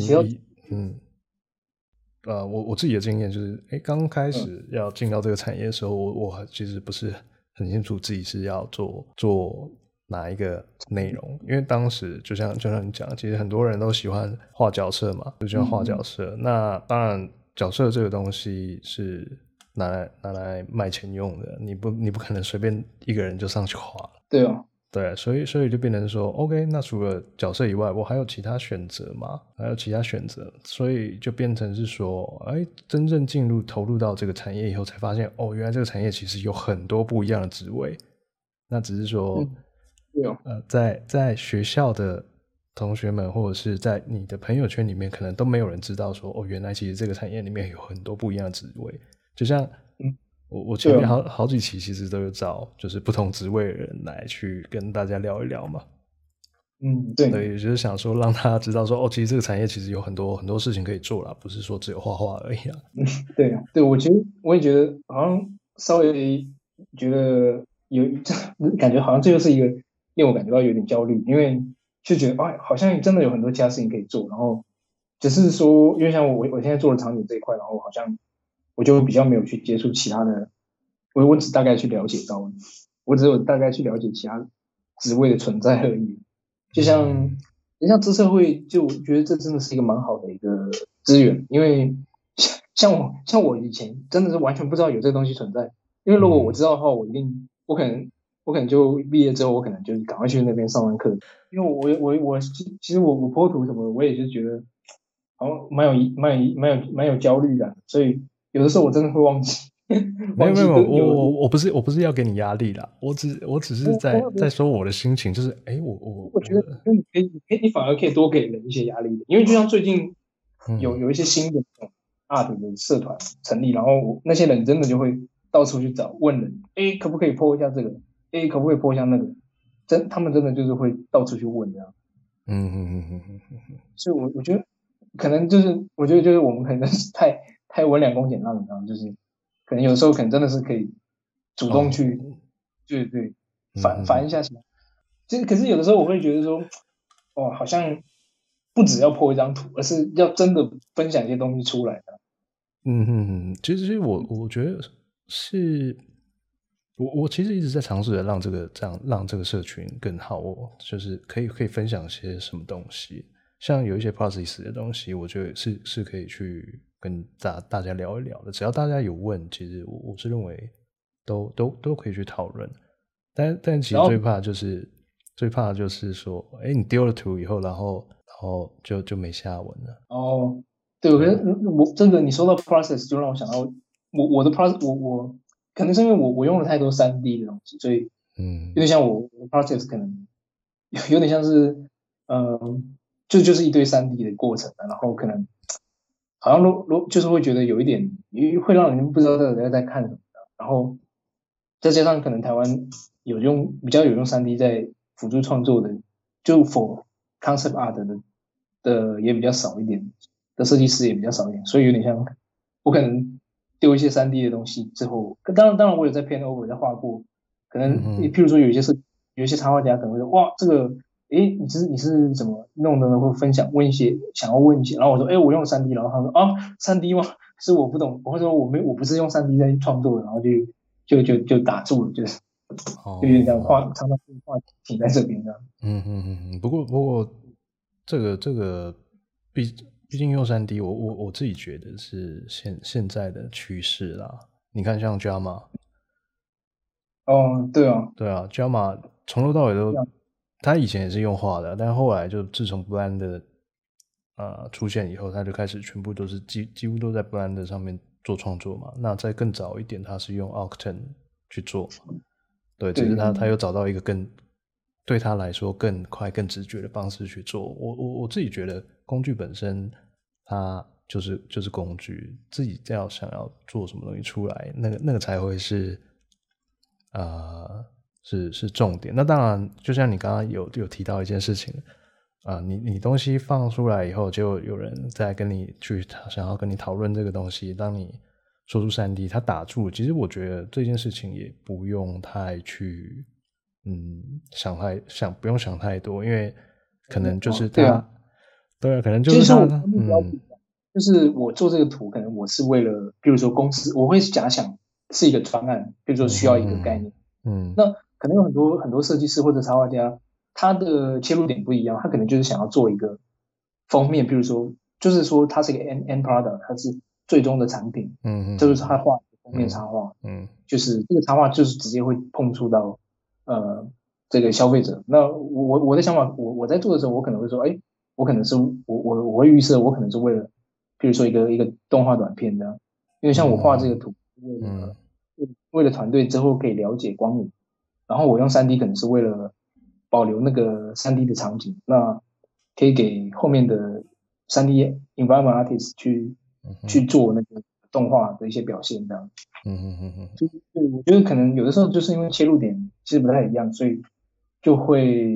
我自己的经验就是，刚开始要进到这个产业的时候，我其实不是很清楚自己是要做哪一个内容，因为当时就像你讲，其实很多人都喜欢画角色嘛，就喜欢画角色。那当然，角色这个东西是拿来卖钱用的，你不可能随便一个人就上去画了。对，所以就变成说 OK， 那除了角色以外，我还有其他选择吗？所以就变成是说真正投入到这个产业以后，才发现原来这个产业其实有很多不一样的职位。那只是说在学校的同学们或者是在你的朋友圈里面，可能都没有人知道说原来其实这个产业里面有很多不一样的职位。就像我前面好几期其实都有找就是不同职位的人来去跟大家聊一聊嘛。 对， 对，就是想说让大家知道说，哦，其实这个产业其实有很多很多事情可以做啦，不是说只有画画而已啊。 对啊，对，我也觉得好像稍微觉得有感觉好像这就是一个令我感觉到有点焦虑，因为就觉得哎，好像真的有很多其他事情可以做，然后只是说，因为像我现在做的场景这一块，然后好像我就比较没有去接触其他的，我只大概去了解到，我只有大概去了解其他职位的存在而已，就像。像知社会，就我觉得这真的是一个蛮好的一个资源，因为像我以前真的是完全不知道有这个东西存在，因为如果我知道的话，我可能就毕业之后，我可能就赶快去那边上完课，因为我其实我破图什么的，我也是觉得好像蛮有焦虑感，所以有的时候我真的会忘记忘记没有没有， 有我不是要给你压力啦，我只是在说我的心情，就是我觉得你反而可以多给人一些压力的，因为就像最近有一些新的那种 art 的社团成立，然后那些人真的就会到处去找问人，可不可以 po 一下这个，可不可以 po 一下那个，他们真的就是会到处去问这样，所以我觉得可能就是我觉得就是我们可能是太温良恭俭让，你知道吗？就是可能有时候可能真的是可以主动去，对烦一下其他。其实可是有的时候我会觉得说，哦，好像不只要 po 一张图，而是要真的分享一些东西出来的。 其实我觉得是，我其实一直在尝试着让这个社群更好，就是可以分享些什么东西，像有一些 process 的东西，我觉得是可以去跟大家聊一聊的，只要大家有问，其实我是认为都可以去讨论，但其实最怕的就是说，你丢了图以后，然后就没下文了。 哦，对，可是我这个你说到 process 就让我想到我的 process 我可能是因为我用了太多3D 的东西，所以有点像我的 process 可能有点像是就是一堆3D 的过程，然后可能好像就是会觉得有一点会让人不知道在看什么的，然后再加上可能台湾比较有用3D 在辅助创作的，就 for concept art 的也比较少一点，的设计师也比较少一点，所以有点像我可能丢一些3D 的东西之后，当然我有在 pen over 在画过，可能譬如说有一些插画家可能会说哇这个你是怎么弄的呢？或分享想要问一些，然后我说我用3D，然后他说3D 吗？是我不懂，或者说我不是用3D 在创作的，然后就打住了，就是就有点这样常常画停在这边这样。 不过这个毕毕竟用3D，我自己觉得是现在的趋势啦。你看像 Jama， 哦，对啊， 对啊，Jama 从头到尾都，他以前也是用画的，但后来就自从 Blender 出现以后，他就开始全部都是几乎都在 Blender 上面做创作嘛。那再更早一点，他是用 Octane 去做，对，只是他又找到一个对他来说更快、更直觉的方式去做。我自己觉得工具本身它就是工具，自己想要做什么东西出来，那个才会是是重点。那当然，就像你刚刚有提到一件事情你东西放出来以后，就有人在想要跟你讨论这个东西。当你说出3D，他打住了，其实我觉得这件事情也不用太去不用想太多，因为可能就是对啊， 对啊，可能就是我目标不一样，就是我做这个图，可能我是为了，比如说公司，我会假想是一个专案，比如说需要一个概念，那可能有很多很多设计师或者插画家，他的切入点不一样，他可能就是想要做一个封面，比如说，就是说它是一个 end product，它是最终的产品，就是他画封面插画，就是这个插画就是直接会碰触到这个消费者。那我的想法，我在做的时候，我可能会说，我可能是我会预设，我可能是为了，比如说一个动画短片的，因为像我画这个图，为了团队之后可以了解光影，然后我用3D 可能是为了保留那个3D 的场景，那可以给后面的3D environment artist 去做那个动画的一些表现，这样。就是我觉得可能有的时候就是因为切入点其实不太一样，所以就会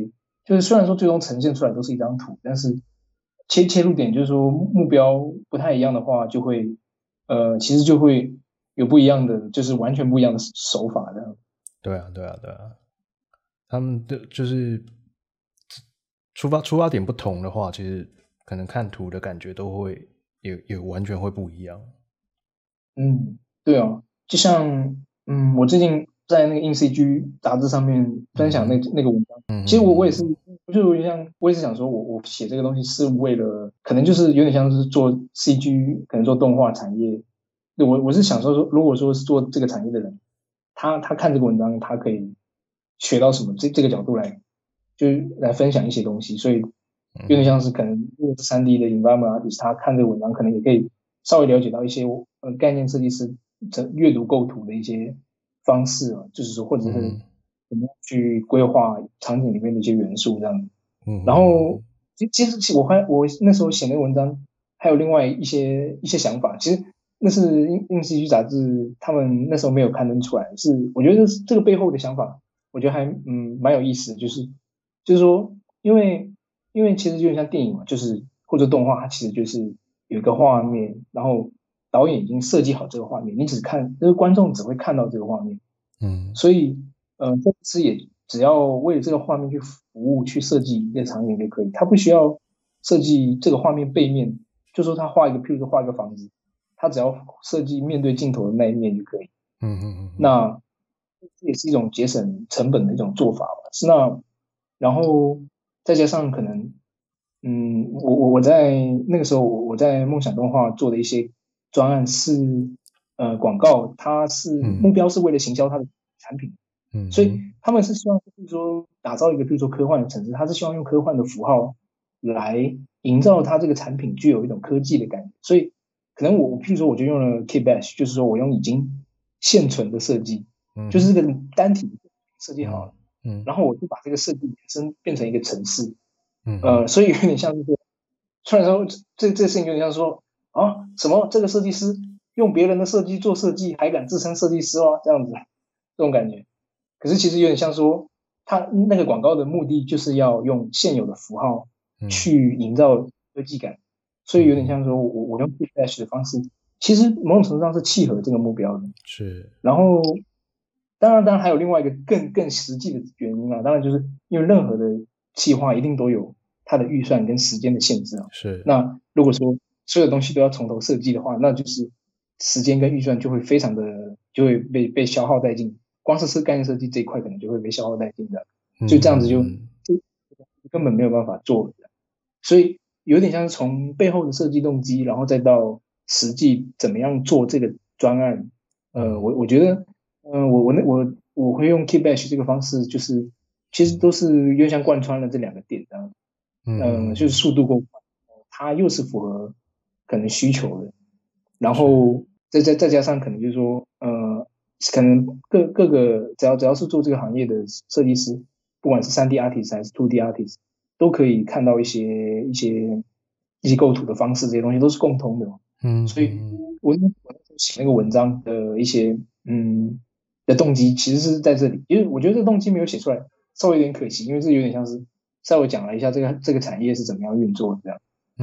就是虽然说最终呈现出来都是一张图，但是切入点就是说目标不太一样的话，就会其实就会有不一样的，就是完全不一样的手法这样。 对啊，他们的就是出发点不同的话，其实可能看图的感觉都会也完全会不一样。 对啊，就像我最近在那个 InCG 杂志上面分享那个文章，其实我也是，就有点像我也是想说我写这个东西是为了，可能就是有点像是做 CG，可能做动画产业。我是想说，如果说是做这个产业的人，他看这个文章，他可以学到什么？这个角度来，就是来分享一些东西，所以有点像是可能如果是3D 的 environment artist，他看这个文章，可能也可以稍微了解到一些概念设计师阅读构图的一些方式啊，就是说或者是怎么样去规划场景里面的一些元素这样子。然后其实我那时候写那个文章还有另外一些想法，其实那是InCG 杂志他们那时候没有刊登出来，是我觉得这个背后的想法，我觉得还蛮有意思的，就是说因为其实有点像电影嘛，就是或者动画，它其实就是有一个画面，然后导演已经设计好这个画面，你只看，就是观众只会看到这个画面，所以这次也只要为了这个画面去服务，去设计一个场景就可以，他不需要设计这个画面背面，就说他譬如说画一个房子，他只要设计面对镜头的那一面就可以。那这也是一种节省成本的一种做法吧。那然后再加上可能，我在那个时候我在梦想动画做的一些专案是广告，它是目标是为了行销它的产品，所以他们是希望就是说打造一个比如说科幻的城市，他是希望用科幻的符号来营造它这个产品具有一种科技的感觉，所以可能譬如说我就用了 Kbash， 就是说我用已经现存的设计，就是这个单体设计好了，然后我就把这个设计延伸变成一个程式，所以有点像是说，突然说这事情有点像说啊什么这个设计师用别人的设计做设计，还敢自称设计师哦，这样子这种感觉。可是其实有点像说，他那个广告的目的就是要用现有的符号去营造科技感，所以有点像说我用 Flash 的方式，其实某种程度上是契合这个目标的。 是， 然后当然还有另外一个更实际的原因啊，当然就是因为任何的企划一定都有它的预算跟时间的限制啊。 是， 那如果说所有东西都要从头设计的话，那就是时间跟预算就会非常的就会被消耗殆尽。光是概念设计这一块可能就会被消耗殆尽的，所以这样子就根本没有办法做的。所以有点像是从背后的设计动机，然后再到实际怎么样做这个专案。我觉得，我会用 Kbash 这个方式，就是其实都是有点像贯穿了这2个点这样。就是速度够快，它又是符合可能需求的，然后再加上可能就是说，可能各个只要是做这个行业的设计师，不管是3D artist 还是 2D artist，都可以看到一些构图的方式，这些东西都是共通的。所以我那时候写那个文章的一些的动机，其实是在这里，因为我觉得这个动机没有写出来，稍微有点可惜，因为这有点像是稍微讲了一下这个产业是怎么样运作的这样。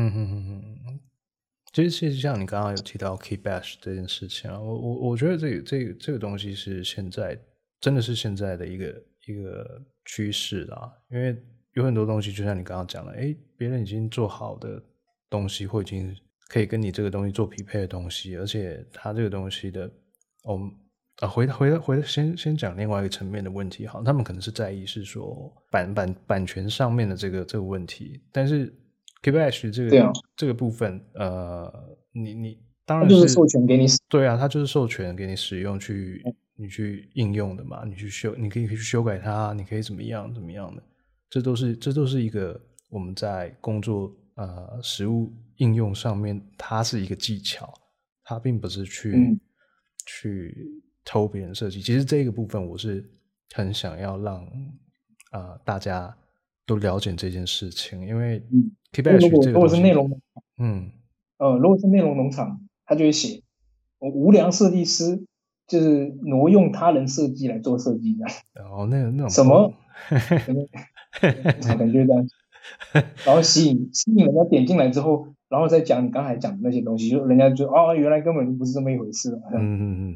其实像你刚刚有提到 Kbash 这件事情啊，我觉得这个东西是真的是现在的一个趋势啦，因为有很多东西就像你刚刚讲的，别人已经做好的东西，或已经可以跟你这个东西做匹配的东西，而且它这个东西的，回来先讲另外一个层面的问题，好，他们可能是在意是说版权上面的这个问题，但是 Kbash 这个部分，你当然就是授权给你使， 对啊，它就是授权给你使用你去应用的嘛，你可以去修改它，你可以怎么样的，这都是一个我们在工作实务应用上面，它是一个技巧，它并不是去偷别人设计。其实这个部分我是很想要让大家都了解这件事情，因为 Kbash 这个东西， 如果是内容如果是内容农场，他就会写无良设计师就是挪用他人设计来做设计的。 那种什么感觉这样，然后吸引人家点进来之后，然后再讲你刚才讲的那些东西，就人家就原来根本不是这么一回事，好像。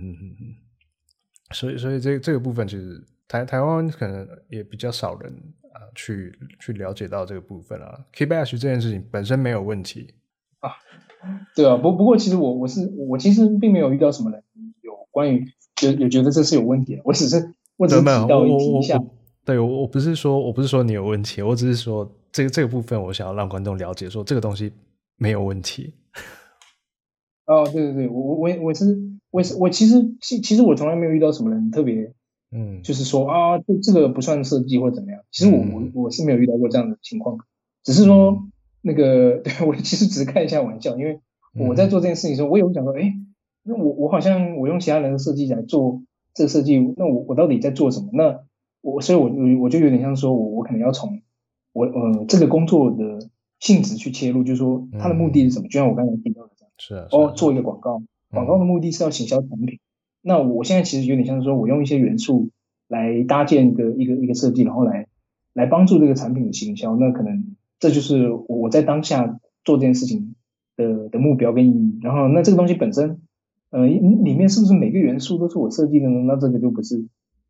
所以这个部分其实台湾可能也比较少人去了解到这个部分啊。Keybash 这件事情本身没有问题啊，对啊，不过其实我其实并没有遇到什么人有关于有觉得这是有问题的，我只是提一下。 对，我不是说你有问题，我只是说这个部分我想要让观众了解，说这个东西没有问题。 哦，对对对，我其实我从来没有遇到什么人特别，就是说这个不算设计或怎么样。其实我是没有遇到过这样的情况，只是说那个对我其实只是开一下玩笑，因为我在做这件事情的时候，我也会想说，那我好像我用其他人的设计来做这个设计，那我到底在做什么？那所以我就有点像说我可能要从这个工作的性质去切入，就是说它的目的是什么？就像我刚才提到的这样。做一个广告，广告的目的是要行销产品。那我现在其实有点像是说，我用一些元素来搭建一个设计，然后来帮助这个产品的行销。那可能这就是我在当下做这件事情的目标跟意义。然后那这个东西本身，里面是不是每个元素都是我设计的呢？那这个就不是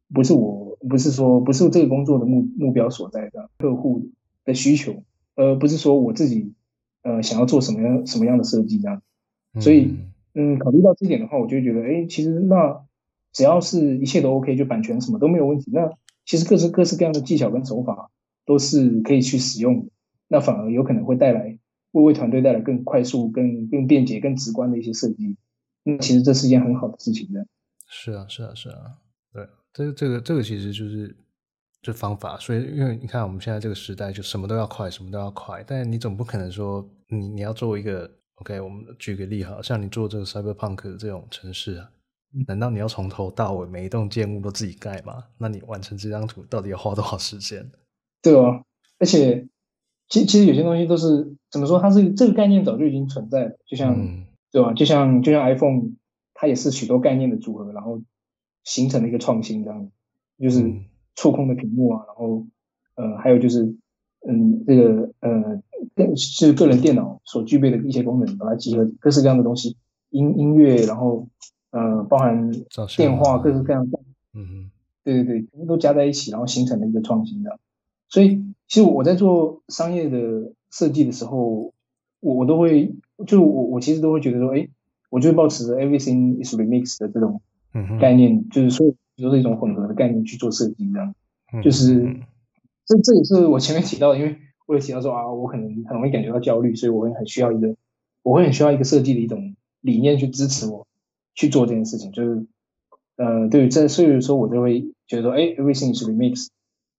这个工作的目标所在的客户的需求，不是说我自己想要做什么样的设计这样。所以考虑到这一点的话，我就会觉得其实那只要是一切都 OK， 就版权什么都没有问题，那其实各式各样的技巧跟手法都是可以去使用的，那反而有可能会为团队带来更快速、更便捷、更直观的一些设计。那其实这是一件很好的事情的。 是啊，对，这个其实就方法。所以因为你看我们现在这个时代，就什么都要快，但你总不可能说你要做一个 OK， 我们举个例，好像你做这个 Cyberpunk 的这种城市啊，难道你要从头到尾每一栋建物都自己盖吗？那你完成这张图到底要花多少时间？ 对哦，而且其实有些东西都是怎么说，它是这个概念早就已经存在了，就像对吧？就像 iPhone， 它也是许多概念的组合，然后形成了一个创新，这样就是触控的屏幕啊，然后还有就是这个是个人电脑所具备的一些功能，把它集合各式各样的东西，音乐，然后包含电话，各式各样的，对，全部都加在一起，然后形成了一个创新的。所以其实我在做商业的设计的时候，我都会就我其实都会觉得说，我就抱持着 everything is remix 的这种概念，就是说都是一种混合的概念去做设计，这样，就是这也是我前面提到的，因为我有提到说我可能很容易感觉到焦虑，所以我会很需要一个设计的一种理念去支持我去做这件事情，就是对，所以说我就会觉得说everything is remix，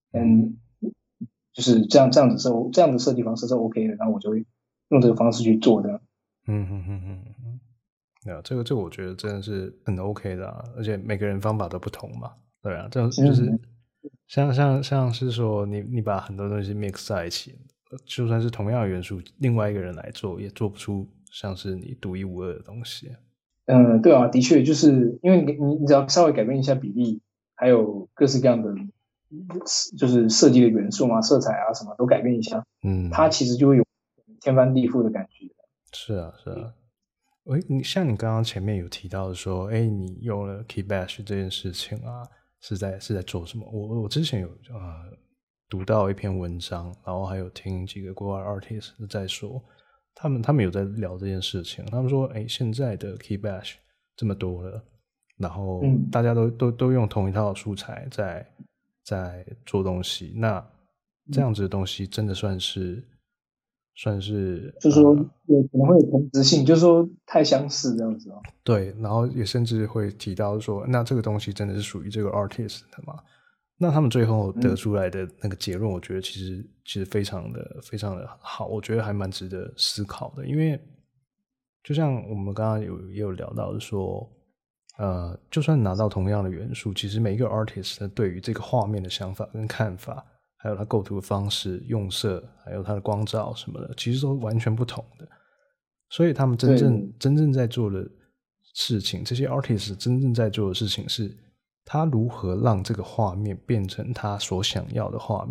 就是这样的设计方式是 OK 的，然后我就会用这个方式去做的。 这个我觉得真的是很 OK 的啊，而且每个人方法都不同嘛，对啊，这样就是像是说你把很多东西 mix 在一起，就算是同样的元素，另外一个人来做也做不出像是你独一无二的东西。 对啊，的确就是因为你只要稍微改变一下比例，还有各式各样的就是设计的元素嘛，色彩啊什么都改变一下，它其实就会有天翻地覆的感觉。 是啊。像你刚刚前面有提到说，你用了 Keybash 这件事情啊，是在做什么？我之前有读到一篇文章，然后还有听几个国外 artist 在说，他们有在聊这件事情。他们说，现在的 Keybash 这么多了，然后大家都用同一套素材在做东西，那这样子的东西真的算是就是说有可能会有同质性，就是说太相似这样子哦。 对，然后也甚至会提到说，那这个东西真的是属于这个 artist 的吗？那他们最后得出来的那个结论，我觉得其实非常的好，我觉得还蛮值得思考的。因为就像我们刚刚也有聊到的说，就算拿到同样的元素，其实每一个 artist 对于这个画面的想法跟看法，还有他构图的方式、用色，还有他的光照什么的，其实都完全不同的。所以他们真正在做的事情，这些 artist 真正在做的事情是，他如何让这个画面变成他所想要的画面，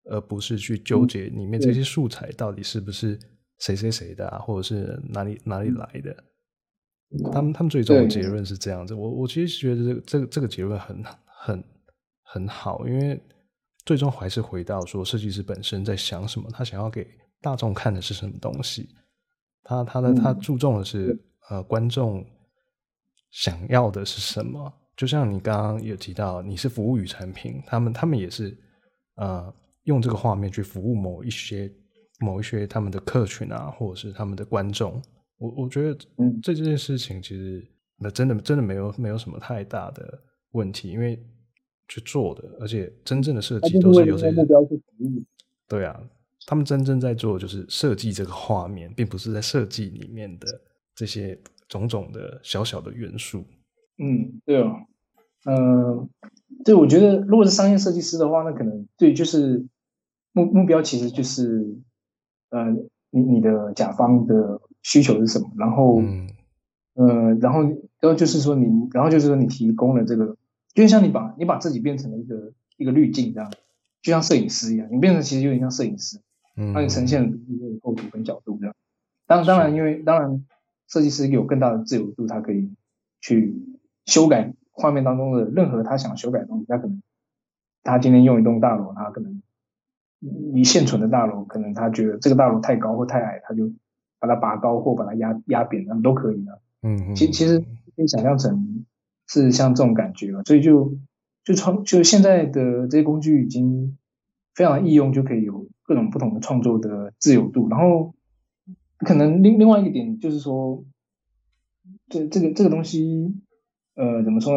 而不是去纠结里面这些素材到底是不是谁谁谁的啊，或者是哪里来的。他们最终的结论是这样子。我其实觉得这个结论很好，因为最终还是回到说设计师本身在想什么，他想要给大众看的是什么东西，他注重的是观众想要的是什么。就像你刚刚有提到你是服务于产品，他们也是用这个画面去服务某一些他们的客群啊，或者是他们的观众。我觉得这件事情其实真的没有什么太大的问题，因为去做的，而且真正的设计都是有这些目标去服务。 对啊，他们真正在做就是设计这个画面，并不是在设计里面的这些种种的小小的元素。 对哦，对，我觉得如果是商业设计师的话，那可能对，就是目标其实就是你的甲方的需求是什么，然后然后就是说你提供了这个，就像你把自己变成了一个滤镜这样，就像摄影师一样，你变成其实有点像摄影师，让你呈现的构图跟角度这样。当然设计师有更大的自由度，他可以去修改画面当中的任何他想修改的东西。他今天用一栋大楼，他可能以现存的大楼，可能他觉得这个大楼太高或太矮，他就把它拔高或把它压扁，那都可以的。其实可以想象成是像这种感觉了，所以就现在的这些工具已经非常易用，就可以有各种不同的创作的自由度。然后可能另外一个点就是说，这个东西，怎么说呢？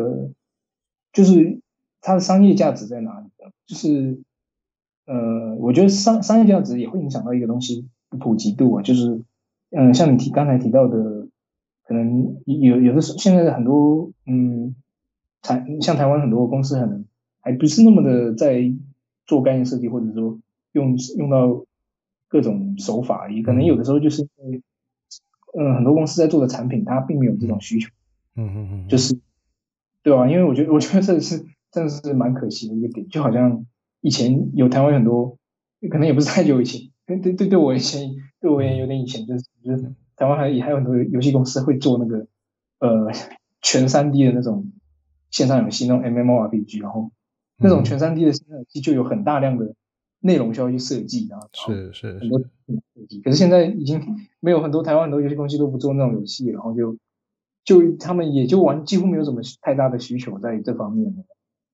它的商业价值在哪里？就是我觉得商业价值也会影响到一个东西的普及度啊，就是像你刚才提到的，可能有的时候现在的很多像台湾很多公司可能还不是那么的在做概念设计，或者说用到各种手法，也可能有的时候就是因为很多公司在做的产品它并没有这种需求，就是对吧？因为我觉得真的是蛮可惜的一个点，就好像以前台湾很多，可能也不是太久以前，对我而言有点以前，就是台湾还有很多游戏公司会做那个全 3D 的那种线上游戏，那种 MMORPG，然后那种全 3D 的线上游戏就有很大量的内容需要去设计，然后是很多设计。可是现在已经没有台湾很多游戏公司都不做那种游戏，然后他们也就几乎没有什么太大的需求在这方面了。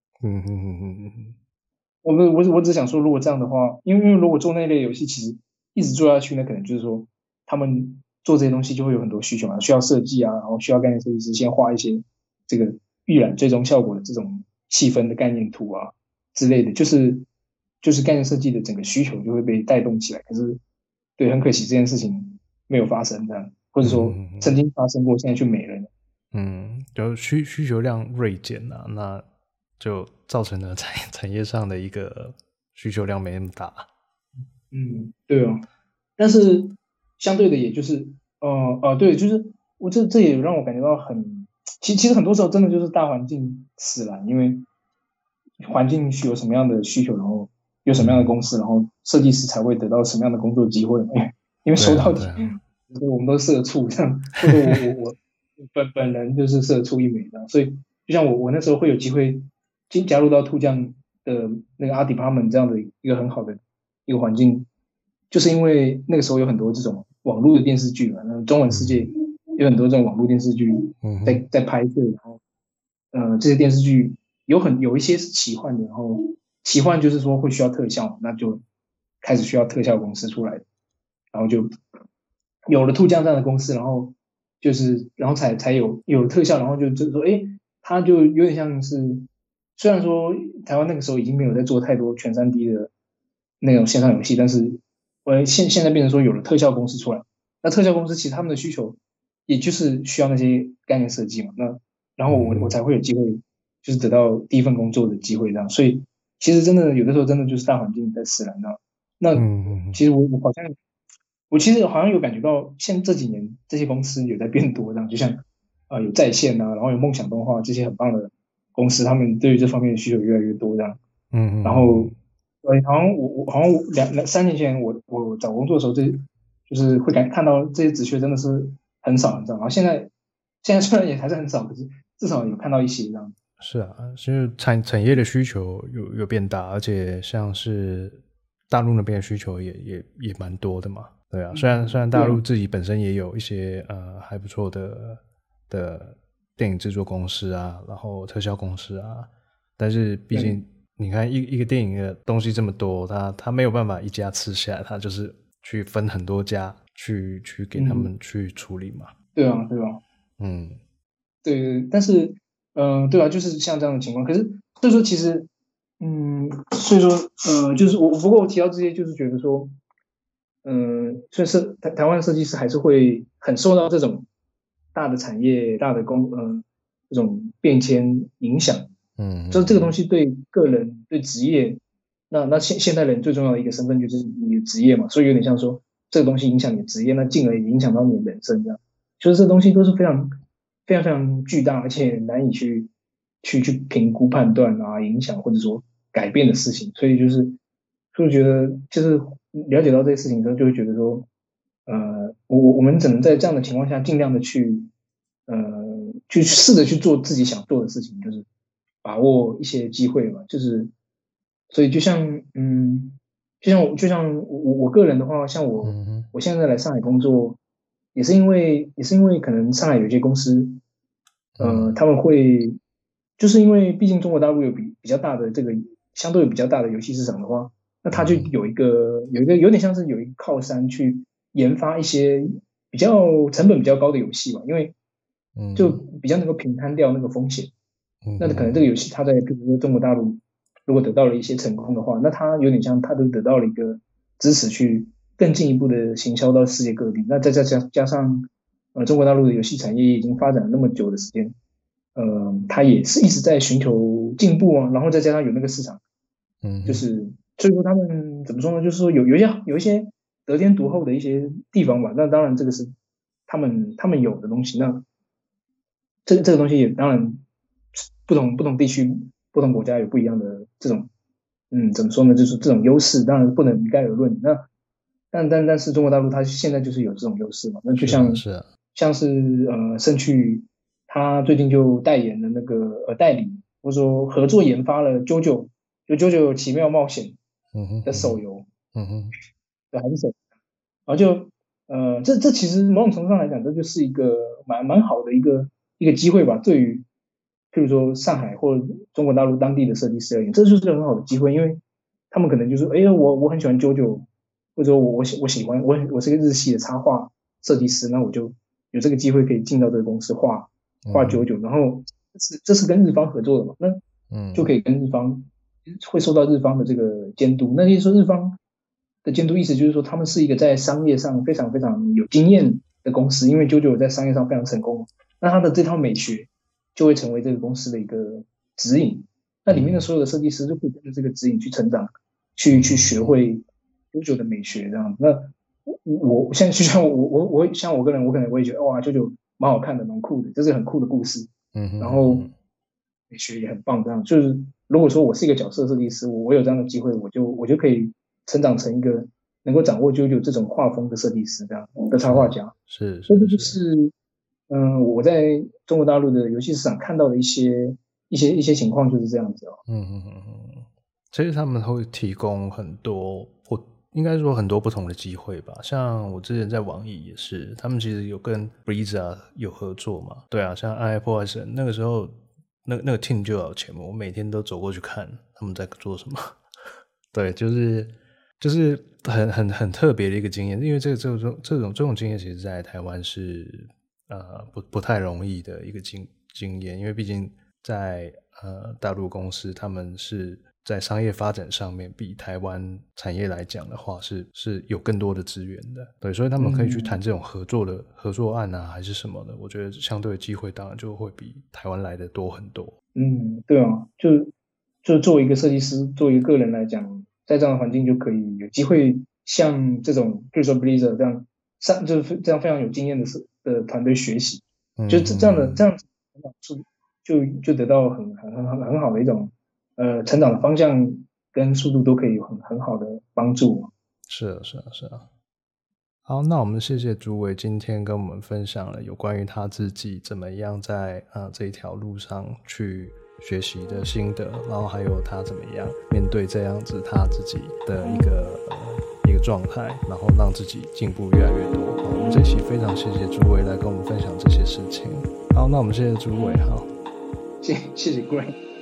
我只想说，如果这样的话，因为如果做那类游戏，其实一直做下去，那可能就是说他们做这些东西就会有很多需求啊，需要设计啊，然后需要概念设计师先画一些这个预览最终效果的这种细分的概念图啊之类的，就是概念设计的整个需求就会被带动起来。可是对，很可惜这件事情没有发生这样，或者说曾经发生过，现在就没了。 就需求量锐减啊，那就造成了产业上的一个需求量没那么大。 对哦。但是相对的，也就是对，就是这也让我感觉到其实很多时候真的就是大环境使然，因为环境有什么样的需求，然后有什么样的公司，然后设计师才会得到什么样的工作机会。因为说到底，我们都是社畜这样，或者我本人就是社畜一枚这样，所以就像我那时候会有机会加入到兔酱的那个 Art Department 这样的一个很好的一个环境，就是因为那个时候有很多这种网络的电视剧嘛，那中文世界有很多这种网络电视剧在拍摄，然后这些电视剧有一些是奇幻的，然后奇幻就是说会需要特效，那就开始需要特效公司出来，然后就有了兔酱这样的公司，然后才有特效，然后就说它就有点像是，虽然说台湾那个时候已经没有在做太多全 3D 的那种线上游戏，但是现在变成说有了特效公司出来，那特效公司其实他们的需求也就是需要那些概念设计嘛，那然后我才会有机会就是得到第一份工作的机会这样，所以其实真的有的时候真的就是大环境在使然的。那其实我其实好像有感觉到，这几年这些公司有在变多，这样就像有在线啊，然后有梦想动画这些很棒的公司，他们对于这方面的需求越来越多这样。然后对，好像我三年前我找工作的时候，就是会看到这些职缺真的是很少，你知道吗？现在虽然也还是很少，可是至少有看到一些这样。 是啊，就是产业的需求有变大，而且像是大陆那边的需求也蛮多的嘛。对啊，虽然大对啊， 陆自己本身也有一些还不错的电影制作公司啊，然后特效公司啊，但是毕对， 竟你看一个电影的东西这么多，它没有办法一家吃下来，它就是去分很多家去给他嗯， 们去处理嘛。 对啊，对啊， 嗯对，但是对啊，就是像这样的情况。可是所以说其实所以说就是不过我提到这些，就是觉得说。所以是台湾的设计师还是会很受到这种大的产业、大的这种变迁影响。就这个东嗯西对个人、对职业，那现代人最重要的一个身份就是你的职业嘛，所以有点像说这个东西影响你的职业，那进而影响到你的人生这样。就是这东西都是非常巨大，而且难以去评估、判断啊、影响或者说改变的事情，所以觉得就是了解到这些事情之后，就会觉得说，我们只能在这样的情况下，尽量的呃，去试着去做自己想做的事情，就是把握一些机会嘛，就是所以就像我个人的话，像我嗯哼我现在来上海工作，也是因为可能上海有些公司， 嗯他们会就是因为毕竟中国大陆有比较大的这个相对比较大的游戏市场的话，那他就嗯有一个有点像是有一个靠山去研发一些比较成本比较高的游戏嘛，因为就嗯比较能够平摊掉那个风险。那可能这个嗯游戏它在比如说中国大陆如果得到了一些成功的话，那它有点像它都得到了一个支持去更进一步的行销到世界各地。那再加上中国大陆的游戏产业已经发展了那么久的时间，它也是一直在寻求进步啊，然后再加上有那个市场，就嗯是所以说他们怎么说呢？就是说有一些得天独厚的一些地方吧。那当然这个是他们有的东西。那这个东西也当然不同地区、不同国家有不一样的这种，怎么说呢？就是这种优势，当然不能一概而论。那但是中国大陆它现在就是有这种优势嘛。那就像是盛趣，他最近就代言了那个代理或者说合作研发了九九奇妙冒险嗯哼的嗯哼手游， 嗯哼对，还是手游，然后就这其实某种程度上来讲，这就是一个蛮好的一个机会吧。对于譬如说上海或者中国大陆当地的设计师而言，这就是很好的机会，因为他们可能就是哎，我很喜欢九九，或者说我喜欢我是个日系的插画设计师，那我就有这个机会可以进到这个公司画九嗯九，然后这是跟日方合作的嘛，那就可嗯以跟日方会受到日方的这个监督。那就是说日方的监督意思就是说，他们是一个在商业上非常非常有经验的公司，因为九九在商业上非常成功，那他的这套美学就会成为这个公司的一个指引。那里面的嗯所有的设计师都会跟着这个指引去成长，去学嗯会九九的美学这样。那我现在就像我像我个人，我可能我也觉得哇，九九蛮好看的，蛮酷的，这是很酷的故事。 嗯然后嗯美学也很棒，这样就是如果说我是一个角色设计师，我有这样的机会，我就可以成长成一个能够掌握九九这种画风的设计师，这样的插画家。所以这就是是是， 是我在中国大陆的游戏市场看到的一些情况就是这样子哦。 其实他们会提供很多，应该说很多不同的机会吧。像我之前在网易也是，他们其实有跟 Blizzard 有合作嘛。对啊，像 iPod 那个时候，那个 team 就有钱嘛，我每天都走过去看他们在做什么。对，就是很特别的一个经验，因为这种经验，其实在台湾是不太容易的一个经验，因为毕竟在大陆公司，他们是在商业发展上面比台湾产业来讲的话是有更多的资源的，对，所以他们可以去谈这种合作案啊，还是什么的，我觉得相对的机会当然就会比台湾来的多很多。 对啊，就作为一个设计师，作为一个个人来讲，在这样的环境就可以有机会像这种，比如说 Blizzard 这样就是这样非常有经验的团队学习，就这样子是就得到很好的一种成长的方向， 跟速度都可以有很好的帮助。 是啊，是啊，是啊。好，那我们谢谢竹伟今天跟我们分享了有关于他自己怎么样在这一条路上去学习的心得，然后还有他怎么样面对这样子他自己的一个状态，然后让自己进步越来越多。好，我们这期非常谢谢竹伟来跟我们分享这些事情。好，那我们谢谢竹伟。好， 谢谢 Grant。